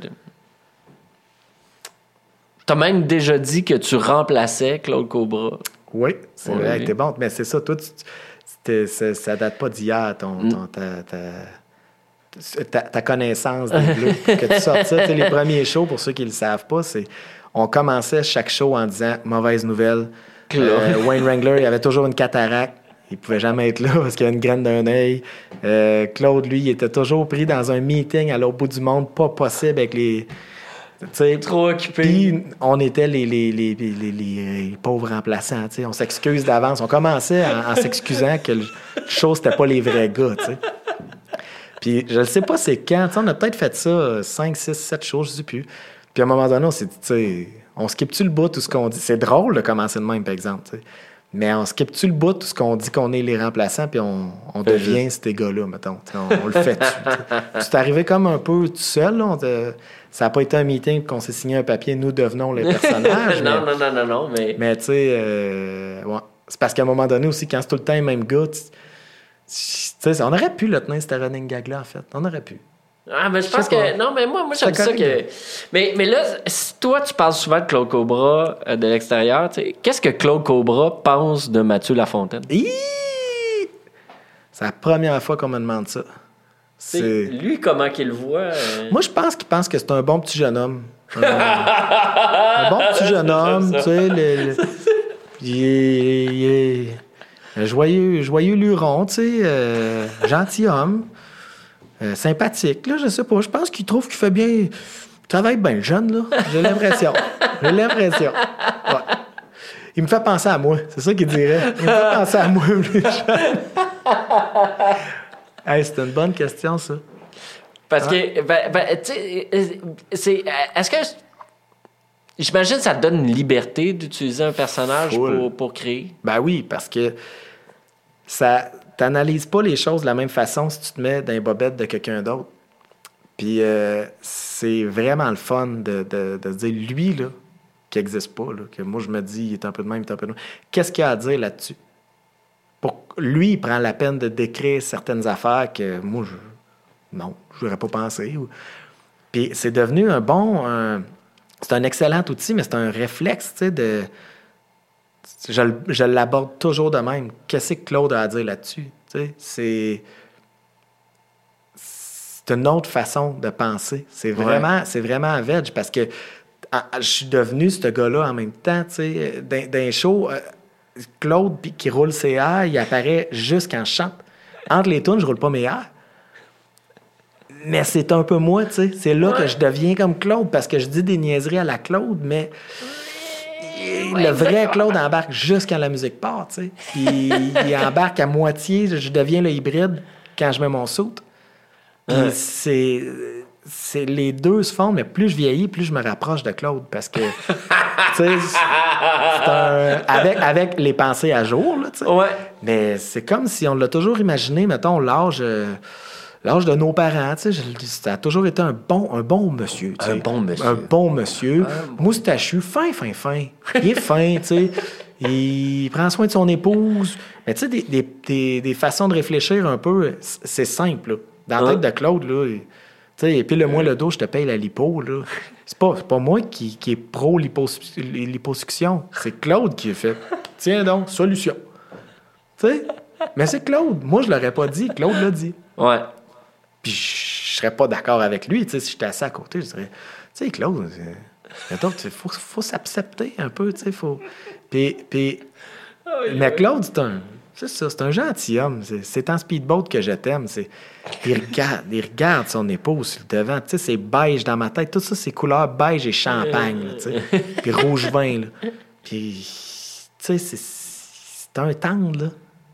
A: t'as même déjà dit que tu remplaçais Claude Cobra.
B: Oui, c'est
A: Oui.
B: vrai, t'es bon. Mais c'est ça, toi, tu, tu- ça, ça date pas d'hier, ton,
A: Mm.
B: ton- ta, ta, ta, ta connaissance des Bleus. Que tu sortes ça. Tu sais, les premiers shows, pour ceux qui le savent pas, c'est... On commençait chaque show en disant « Mauvaise nouvelle euh, Wayne Wrangler, il avait toujours une cataracte. Il pouvait jamais être là parce qu'il avait une graine d'un œil. Euh, Claude, lui, il était toujours pris dans un meeting à l'autre bout du monde, pas possible avec les... Tu sais,
A: Trop occupé.
B: puis on était les, les, les, les, les, les pauvres remplaçants. Tu sais. On s'excuse d'avance. On commençait en, en s'excusant que le show, c'était pas les vrais gars. Tu sais. Puis je ne sais pas c'est quand. Tu sais, on a peut-être fait ça cinq, six, sept shows, je ne sais plus. Puis à un moment donné, on s'est dit, tu sais, on skip-tu le bout, tout ce qu'on dit? C'est drôle de commencer de même, par exemple. Tu sais. Mais on skip-tu le bout, tout ce qu'on dit qu'on est les remplaçants, puis on, on devient ces gars-là, mettons. Tu sais, On, on le fait. C'est arrivé comme un peu tout seul. Là, on te- ça n'a pas été un meeting qu'on s'est signé un papier, nous devenons les personnages.
A: non,
B: mais,
A: non, non, non, non, mais...
B: mais tu sais, euh, ouais. C'est parce qu'à un moment donné aussi, quand c'est tout le temps les mêmes gars, tu tu sais, on aurait pu le tenir, ce running gag-là, en fait. On aurait pu.
A: Ah, mais je
B: Je
A: pense
B: sais pas.
A: que... Non, mais moi, moi j'aime
B: C'est
A: ça que...
B: correct.
A: Mais, mais là, si toi, tu parles souvent de Claude Cobra euh, de l'extérieur, tu sais, qu'est-ce que Claude Cobra pense de Mathieu Lafontaine?
B: Hi! C'est la première fois qu'on me demande ça.
A: C'est...
B: C'est...
A: Lui, comment qu'il le voit... euh,
B: Moi, je pense qu'il pense que c'est un bon petit jeune homme. Un, un bon petit jeune homme, tu sais. Le, le- il, est, il est un joyeux, joyeux luron, tu sais. euh, gentilhomme. euh, sympathique, là, je sais pas. Je pense qu'il trouve qu'il fait bien... Il travaille bien, le jeune, là. J'ai l'impression. J'ai l'impression. Ouais. Il me fait penser à moi. C'est ça qu'il dirait. Il me fait penser à moi, le jeune. Hey, c'est une bonne question, ça.
A: Parce que, ben, ben, tu sais, c'est... Est-ce que... J'imagine que ça te donne une liberté d'utiliser un personnage
B: Full.
A: pour, pour créer.
B: Ben oui, parce que ça t'analyse pas les choses de la même façon si tu te mets dans les bobettes de quelqu'un d'autre. Puis euh, c'est vraiment le fun de, de, de se dire, lui, là, qui n'existe pas, là, que moi, je me dis, il est un peu de même, il est un peu de même. Qu'est-ce qu'il y a à dire là-dessus? Pour... Lui, il prend la peine de décrire certaines affaires que moi, je... non, je n'aurais pas pensé. Ou... Puis c'est devenu un bon... un- C'est un excellent outil, mais c'est un réflexe, tu sais, de... Je, le- je l'aborde toujours de même. Qu'est-ce que Claude a à dire là-dessus? Tu sais, c'est... C'est une autre façon de penser. C'est vraiment, c'est vraiment veg parce que ah, je suis devenu ce gars-là en même temps, tu sais. Dans, dans les shows, euh, Claude puis qui roule ses airs, il apparaît juste quand je chante. Entre les tunes, je roule pas mes airs. Mais c'est un peu moi, tu sais. C'est là
A: Ouais.
B: que je deviens comme Claude parce que je dis des niaiseries à la Claude, mais
A: Ouais,
B: le vrai
A: exactement.
B: Claude embarque juste quand la musique part, tu sais. Puis il embarque à moitié, je deviens le hybride quand je mets mon saut. Puis
A: Ouais.
B: c'est, c'est... Les deux se font, mais plus je vieillis, plus je me rapproche de Claude parce que, tu sais, c'est un... Avec, avec les pensées à jour, là, tu sais.
A: Ouais.
B: Mais c'est comme si on l'a toujours imaginé, mettons, l'âge... euh, L'âge de nos parents, tu sais, je- ça a toujours été un bon, un bon monsieur. tu
A: Un
B: sais.
A: bon monsieur.
B: Un bon monsieur.
A: Un bon-
B: Moustachu, fin, fin, fin. Il est fin, tu sais. Il prend soin de son épouse. Mais tu sais, des, des, des, des façons de réfléchir un peu, c- c'est simple, là. Dans la
A: Hein?
B: tête de Claude, là, il- tu sais, et puis le moi le dos, je te paye la lipo, là. C'est pas, c'est pas moi qui, qui est pro lipos- liposuction. C'est Claude qui a fait. Tiens donc, solution. Tu sais? Mais c'est Claude. Moi, je l'aurais pas dit. Claude l'a dit.
A: Ouais.
B: Puis je serais pas d'accord avec lui. Tu sais, si j'étais assis à côté, je dirais, tu sais, Claude, il faut, faut s'accepter un peu, tu sais, faut... Puis, puis... Mais Claude, c'est un... C'est ça, c'est un gentilhomme. C'est, c'est en speedboat que je t'aime. C'est, il, regarde, il regarde son épouse sur le devant. Tu sais, c'est beige dans ma tête. Tout ça, c'est couleur beige et champagne, là, tu sais. Puis rouge vin, là. Puis, tu sais, c'est, c'est un tendre, là.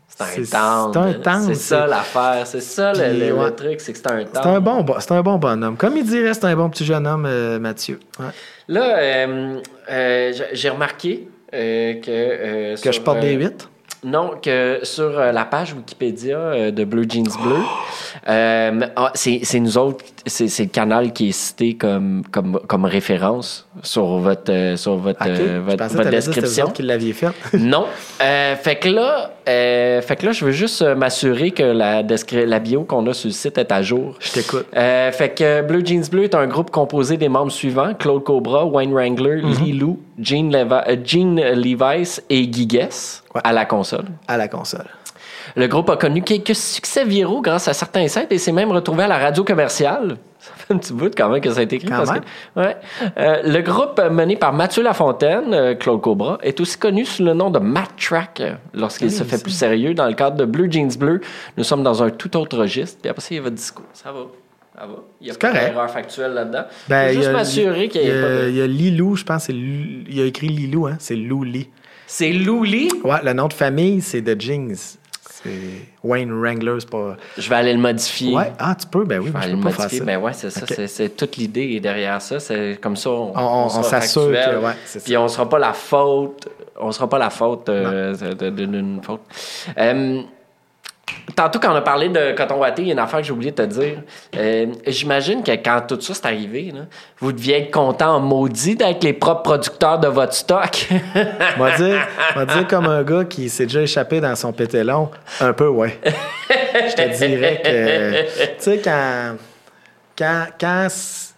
A: C'est un tendre.
B: C'est un tendre.
A: C'est ça l'affaire. C'est ça le,
B: Puis,
A: le,
B: ouais.
A: le truc, c'est que c'est un tendre.
B: C'est un bon, bon- c'est un bon bonhomme. Comme il dirait, c'est un bon petit jeune homme, euh, Mathieu. Ouais.
A: Là, euh, euh, j'ai- j'ai remarqué euh, que... euh,
B: Que
A: sur,
B: je porte
A: euh,
B: des huit.
A: Non, que sur euh, la page Wikipédia euh, de Bleu Jeans Bleu, euh, ah, c'est, c'est nous autres, c'est, c'est le canal qui est cité comme, comme, comme référence sur votre, euh, sur votre,
B: OK.
A: euh,
B: Je
A: votre,
B: pensais que
A: votre
B: t'allais dire que c'était vous
A: description.
B: autres qui l'aviez fait.
A: Non. Euh, fait que là, euh, fait que là, je veux juste euh, m'assurer que la, descri- la bio qu'on a sur le site est à jour.
B: Je t'écoute.
A: Euh, fait que Bleu Jeans Bleu est un groupe composé des membres suivants: Claude Cobra, Wayne Wrangler,
B: Mm-hmm.
A: Lilou, Gene, Leva- euh, Gene Levice et Guy Guess
B: Ouais.
A: à la console.
B: À la console.
A: Le groupe a connu quelques succès viraux grâce à certains sites et s'est même retrouvé à la radio commerciale. Ça fait un petit bout quand même que ça a été écrit.
B: Quand
A: parce
B: même.
A: Que, ouais. Euh, le groupe mené par Mathieu Lafontaine, euh, Claude Cobra, est aussi connu sous le nom de Matt Track euh, lorsqu'il
B: Oui,
A: se fait
B: ça.
A: plus sérieux. Dans le cadre de Bleu Jeans Bleu, nous sommes dans un tout autre registre. Puis après ça, il y a votre discours. Ça va. Ça va. Il n'y a
B: C'est
A: pas
B: correct.
A: d'erreur factuelle là-dedans.
B: Ben,
A: Je veux
B: il y
A: juste
B: a-
A: m'assurer qu'il
B: il
A: n'y
B: y
A: ait pas
B: a,
A: de...
B: il y a Lilou, je pense. C'est Lu- il a écrit Lilou, hein? C'est Louli.
A: C'est Louli.
B: Ouais, le nom de famille, c'est The Jings. C'est Wayne Wrangler, c'est pas.
A: Je vais aller le modifier.
B: Ouais, ah, tu peux, ben oui,
A: Je vais
B: mais je
A: aller
B: peux
A: le
B: pas faire
A: modifier.
B: ça.
A: Ben ouais, c'est ça.
B: Ok.
A: C'est, c'est toute l'idée est derrière ça. C'est comme ça, on,
B: On- on- on
A: sera
B: s'assure
A: factuel.
B: que- ouais, c'est
A: Puis
B: ça.
A: on sera pas la faute. On sera pas la faute euh, de- de- de- d'une faute. Euh, Tantôt, quand on a parlé de coton watté, il y a une affaire que j'ai oublié de te dire. Euh, j'imagine que quand tout ça c'est arrivé, là, vous deviez être content en maudit d'être les propres producteurs de votre stock.
B: On va dire, on va dire comme un gars qui s'est déjà échappé dans son pétélon. Un peu, ouais. Je te dirais que. Tu sais, quand. Quand. quand c-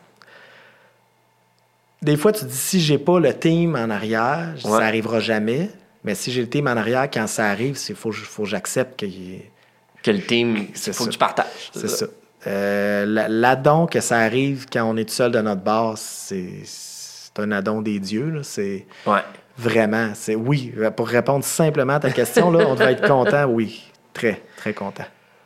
B: des fois, tu dis si j'ai pas le team en arrière,
A: Ouais.
B: ça arrivera jamais. Mais si j'ai le team en arrière, quand ça arrive, il faut, faut que j'accepte qu'il est.
A: Que le team, il
B: C'est
A: faut
B: ça.
A: que tu partages.
B: C'est ça. Euh, la- L'adon que ça arrive quand on est tout seul de notre bar, c'est c'est un adon des dieux. là. C'est
A: Ouais.
B: vraiment, c'est oui. Pour répondre simplement à ta question, là, on devrait être content, oui. Très, très content.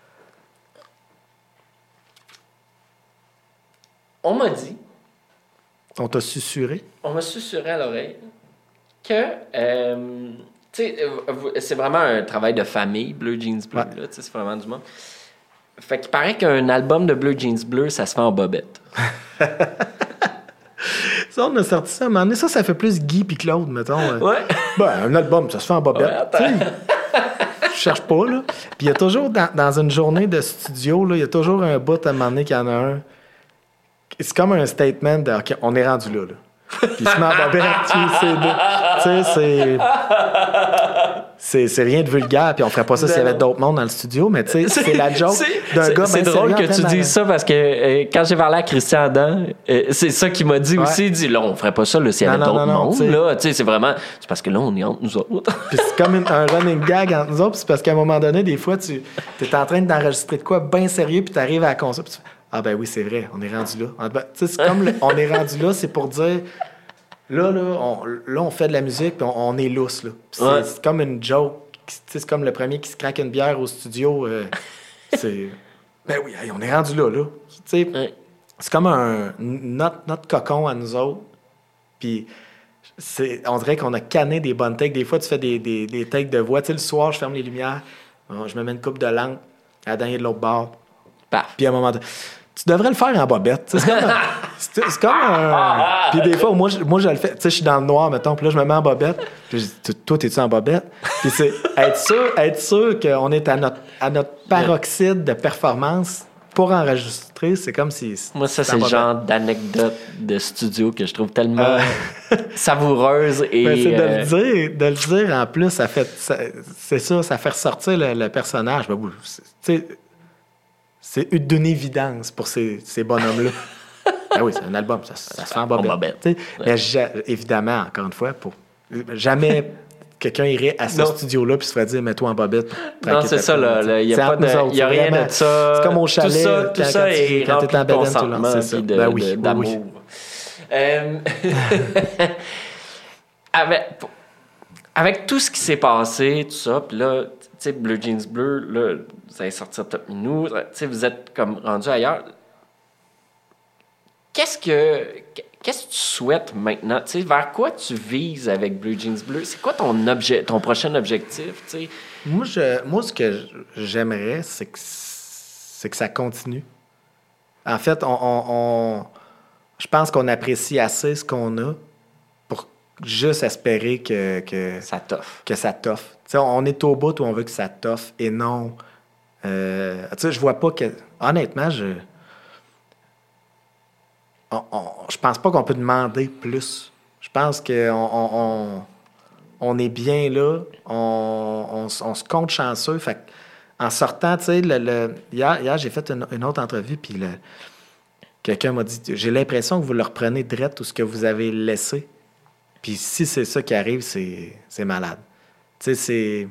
A: On m'a dit,
B: On t'a susurré?
A: on m'a susurré à l'oreille que, euh, tu sais, euh, vous- c'est vraiment un travail de famille, Bleu Jeans Bleu,
B: Ouais.
A: là, tu sais, c'est vraiment du monde. Fait qu'il paraît qu'un album de Bleu Jeans Bleu, ça se fait en bobette.
B: Ça, on a sorti ça à un moment donné. Ça, ça fait plus Guy puis Claude, mettons. euh.
A: Ouais.
B: Ben, un album, ça se fait en bobette.
A: Ouais, attends.
B: Tu sais, je cherche pas, là. Puis il y a toujours, dans, dans une journée de studio, là, il y a toujours un bout à un moment donné qu'il y en a un. C'est comme un statement de OK, on est rendu là, là. Puis il se met en bobette, tu sais, c'est de- tu sais, c'est. C'est, c'est rien de vulgaire, puis on ferait pas ça s'il y avait d'autres mondes dans le studio, mais tu sais, c'est la joke
A: C'est-
B: d'un
A: c'est-
B: gars
A: C'est
B: bien
A: drôle
B: sérieux
A: que
B: en
A: tu
B: plein
A: dises ça parce que euh, quand j'ai parlé à Christian Adam, euh, c'est ça qu'il m'a dit
B: Ouais.
A: aussi. Il dit là, on ferait pas ça là, s'il y
B: Non,
A: avait
B: non,
A: d'autres
B: non, non,
A: mondes.
B: tu sais.
A: Là, tu sais, c'est vraiment. C'est parce que là, on est entre nous autres.
B: Puis c'est comme une- un running gag entre nous autres, puis c'est parce qu'à un moment donné, des fois, tu es en train d'enregistrer de quoi bien sérieux, puis tu arrives à la console, puis tu fais ah ben oui, c'est vrai, on est rendu là. Ah, ben, tu sais, c'est comme le- on est rendu là, c'est pour dire là, là, on, là, on fait de la musique, puis on, on est lousse, là. Puis c'est,
A: Ouais.
B: c'est comme une joke. Tu sais, c'est comme le premier qui se craque une bière au studio. euh, c'est. Ben oui, hey, on est rendu là, là. Tu sais,
A: Ouais.
B: c'est comme un notre, notre cocon à nous autres. Puis c'est, on dirait qu'on a canné des bonnes takes. Des fois, tu fais des, des, des takes de voix. Tu sais, le soir, je ferme les lumières, bon, je me mets une coupe de lampe à la dernière de l'autre bord.
A: Paf.
B: Puis à un moment donné, tu devrais le faire en bobette. Tu sais, C'est comme un. C'est, c'est comme un... Puis des fois, moi, je, moi, je le fais. Tu sais, je suis dans le noir, mettons. Puis là, je me mets en bobette. Puis je dis, toi, t'es-tu en bobette? Puis c'est être sûr, être sûr qu'on est à notre, à notre paroxyde de performance pour enregistrer. C'est comme si.
A: Moi, ça,
B: c'était
A: c'est
B: en
A: le
B: bobette.
A: genre d'anecdote de studio que je trouve tellement savoureuse et.
B: Ben, c'est de
A: euh,
B: le dire, de le dire en plus, ça fait, ça- c'est ça, ça fait ressortir le, le personnage. Ben, oui, c'est- tu sais, c'est d'une évidence pour ces, ces bonhommes-là. Ben oui, c'est un album, ça, ça se fait en bobette.
A: bobette.
B: tu sais. Mais ja- évidemment, encore une fois, pour jamais quelqu'un irait à ce
A: Non.
B: studio-là puis se ferait dire mets-toi en bobette. pour
A: Non,
B: traquer
A: c'est
B: ta
A: ça,
B: plume,
A: là.
B: tu sais.
A: là, Il n'y
B: C'est
A: a, pas
B: entre
A: de,
B: nous autres,
A: il y a
B: c'est
A: rien
B: vraiment-
A: de ça.
B: C'est comme au chalet.
A: Tout ça, tout
B: quand-
A: ça
B: quand
A: est
B: tu- quand
A: rempli
B: t'es en
A: de
B: bedaine, tout le long,
A: consentement
B: c'est ça.
A: puis de,
B: Ben oui,
A: de-
B: oui,
A: d'amour.
B: oui.
A: Euh, avec, avec tout ce qui s'est passé, tout ça, puis là, tu sais, Bleu Jeans Bleu, là, vous allez sortir Top Minou, tu sais, vous êtes comme rendu ailleurs. Qu'est-ce que... qu'est-ce que tu souhaites maintenant? Tu sais, vers quoi tu vises avec Blue Jeans Bleu? C'est quoi ton, obje- ton prochain objectif? Tu sais?
B: Moi, je, moi, ce que j'aimerais, c'est que, c'est que ça continue. En fait, on, on, on, je pense qu'on apprécie assez ce qu'on a pour juste espérer que, que
A: ça toffe.
B: Que ça toffe. Tu sais, on est au bout où on veut que ça toffe et non... Euh, tu sais, je vois pas que... Honnêtement, je... On, on, je pense pas qu'on peut demander plus. Je pense qu'on on, on, on est bien là. On, on, on se compte chanceux. Fait en sortant, tu sais, le, le, hier, hier j'ai fait une, une autre entrevue, puis le, quelqu'un m'a dit, j'ai l'impression que vous le reprenez direct tout ce que vous avez laissé. Puis si c'est ça qui arrive, c'est, c'est malade. Tu sais, c'est...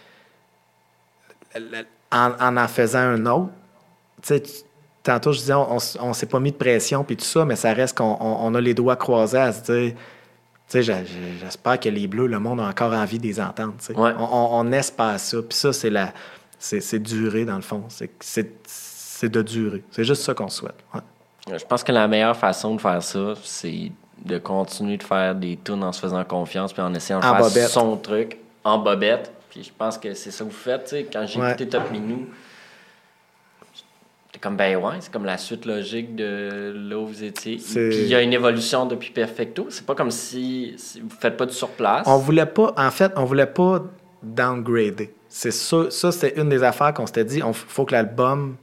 B: En, en en faisant un autre, tu sais, tantôt, je disais, on, on, on s'est pas mis de pression puis tout ça, mais ça reste qu'on on, on a les doigts croisés à se dire, tu sais, j'espère que les Bleus, le monde a encore envie de les entendre. Tu sais.
A: Ouais.
B: On, on, on espère ça. Puis ça, c'est la, c'est, c'est durer, dans le fond. C'est, c'est, c'est de durer. C'est juste ça qu'on souhaite. Ouais.
A: Je pense que la meilleure façon de faire ça, c'est de continuer de faire des tunes en se faisant confiance puis en essayant de
B: en
A: faire
B: bobette.
A: son truc en bobette. Puis je pense que c'est ça que vous faites. Tu sais, quand j'ai
B: ouais.
A: écouté Top Minou, c'est comme, ben ouais, c'est comme la suite logique de là où vous étiez.
B: C'est...
A: Puis il y a une évolution depuis Perfecto. C'est pas comme si, si vous faites pas du surplace.
B: On voulait pas, en fait, on voulait pas downgrader. C'est ça, ça c'était une des affaires qu'on s'était dit. Il faut que l'album...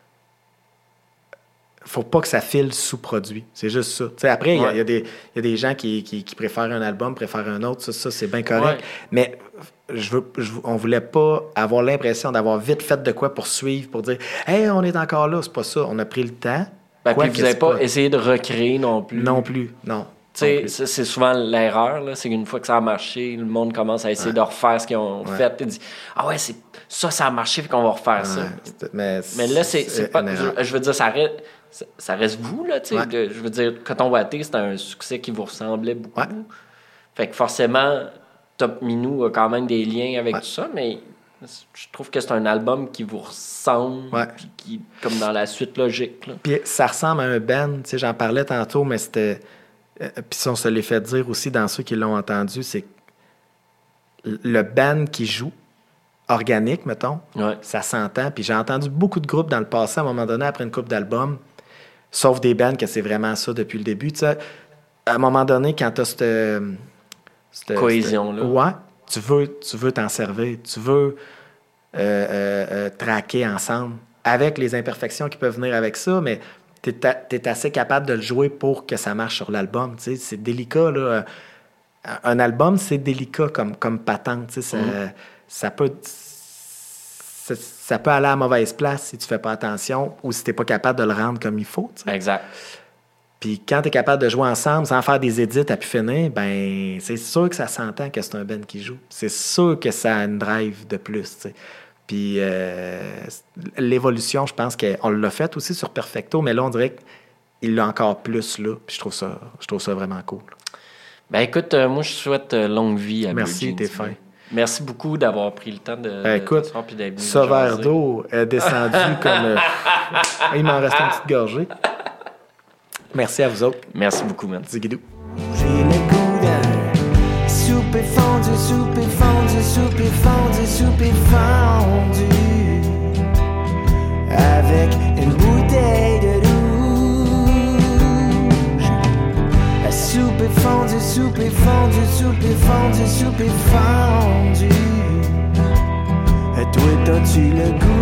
B: faut pas que ça file sous-produit. C'est juste ça. T'sais, après, il ouais. y, y, y a des gens qui, qui, qui préfèrent un album, préfèrent un autre. Ça, ça c'est bien correct. Ouais. Mais je veux, je, on voulait pas avoir l'impression d'avoir vite fait de quoi pour suivre, pour dire « Hey, on est encore là. » C'est pas ça. On a pris le temps.
A: Ben, puis vous n'avez pas, pas essayé de recréer non plus.
B: Non plus, non.
A: Tu sais, c'est souvent l'erreur, là, c'est qu'une fois que ça a marché, le monde commence à essayer ouais. de refaire ce qu'ils ont ouais. fait et dit « Ah ouais, c'est, ça, ça a marché, fait qu'on va refaire ouais. ça. » Mais, mais là, c'est, c'est pas... Je, je veux dire, ça reste... Ça reste vous, là, tu sais. Ouais. Je veux dire, Coton Watté, c'était un succès qui vous ressemblait beaucoup.
B: Ouais.
A: Fait que forcément, Top Minou a quand même des liens avec ouais. tout ça, mais je trouve que c'est un album qui vous ressemble,
B: ouais.
A: puis qui, comme dans la suite logique. Là.
B: Puis ça ressemble à un band, tu sais, j'en parlais tantôt, mais c'était... Euh, puis ça, on se l'est fait dire aussi dans ceux qui l'ont entendu, c'est le band qui joue, organique, mettons,
A: ouais.
B: ça s'entend. Puis j'ai entendu beaucoup de groupes dans le passé, à un moment donné, après une couple d'albums, sauf des bands que c'est vraiment ça depuis le début. Tu sais, à un moment donné, quand tu as cette, cette
A: cohésion-là,
B: ouais, tu veux, tu veux t'en servir. Tu veux euh, euh, euh, traquer ensemble avec les imperfections qui peuvent venir avec ça, mais tu es assez capable de le jouer pour que ça marche sur l'album. Tu sais, c'est délicat, là. Un album, c'est délicat comme, comme patente. Tu sais, ça, mm. ça peut... Ça, ça peut aller à la mauvaise place si tu fais pas attention ou si tu n'es pas capable de le rendre comme il faut. T'sais.
A: Exact.
B: Puis quand tu es capable de jouer ensemble sans faire des édits à pu finir, ben c'est sûr que ça s'entend que c'est un band qui joue. C'est sûr que ça a une drive de plus. T'sais. Puis euh, l'évolution, je pense qu'on l'a fait aussi sur Perfecto, mais là, on dirait qu'il l'a encore plus là. Puis je trouve ça, je trouve ça vraiment cool.
A: Ben écoute, euh, moi, je souhaite euh, longue vie à
B: Merci, t'es fin.
A: Merci beaucoup d'avoir pris le temps de,
B: ben, écoute,
A: de puis d'être venu.
B: Ce verre d'eau est descendu comme... Euh, il m'en restait une petite gorgée. Merci à vous autres.
A: Merci beaucoup, man.
B: Zigidou.
C: J'ai le goût d'un souper fondu, souper fondu, souper fondu, souper fondu avec une bouteille de rouge. La soupe est fondue, soupe est fondue, soupe est fondue, soupe est fondue. Et toi, t'as-tu le goût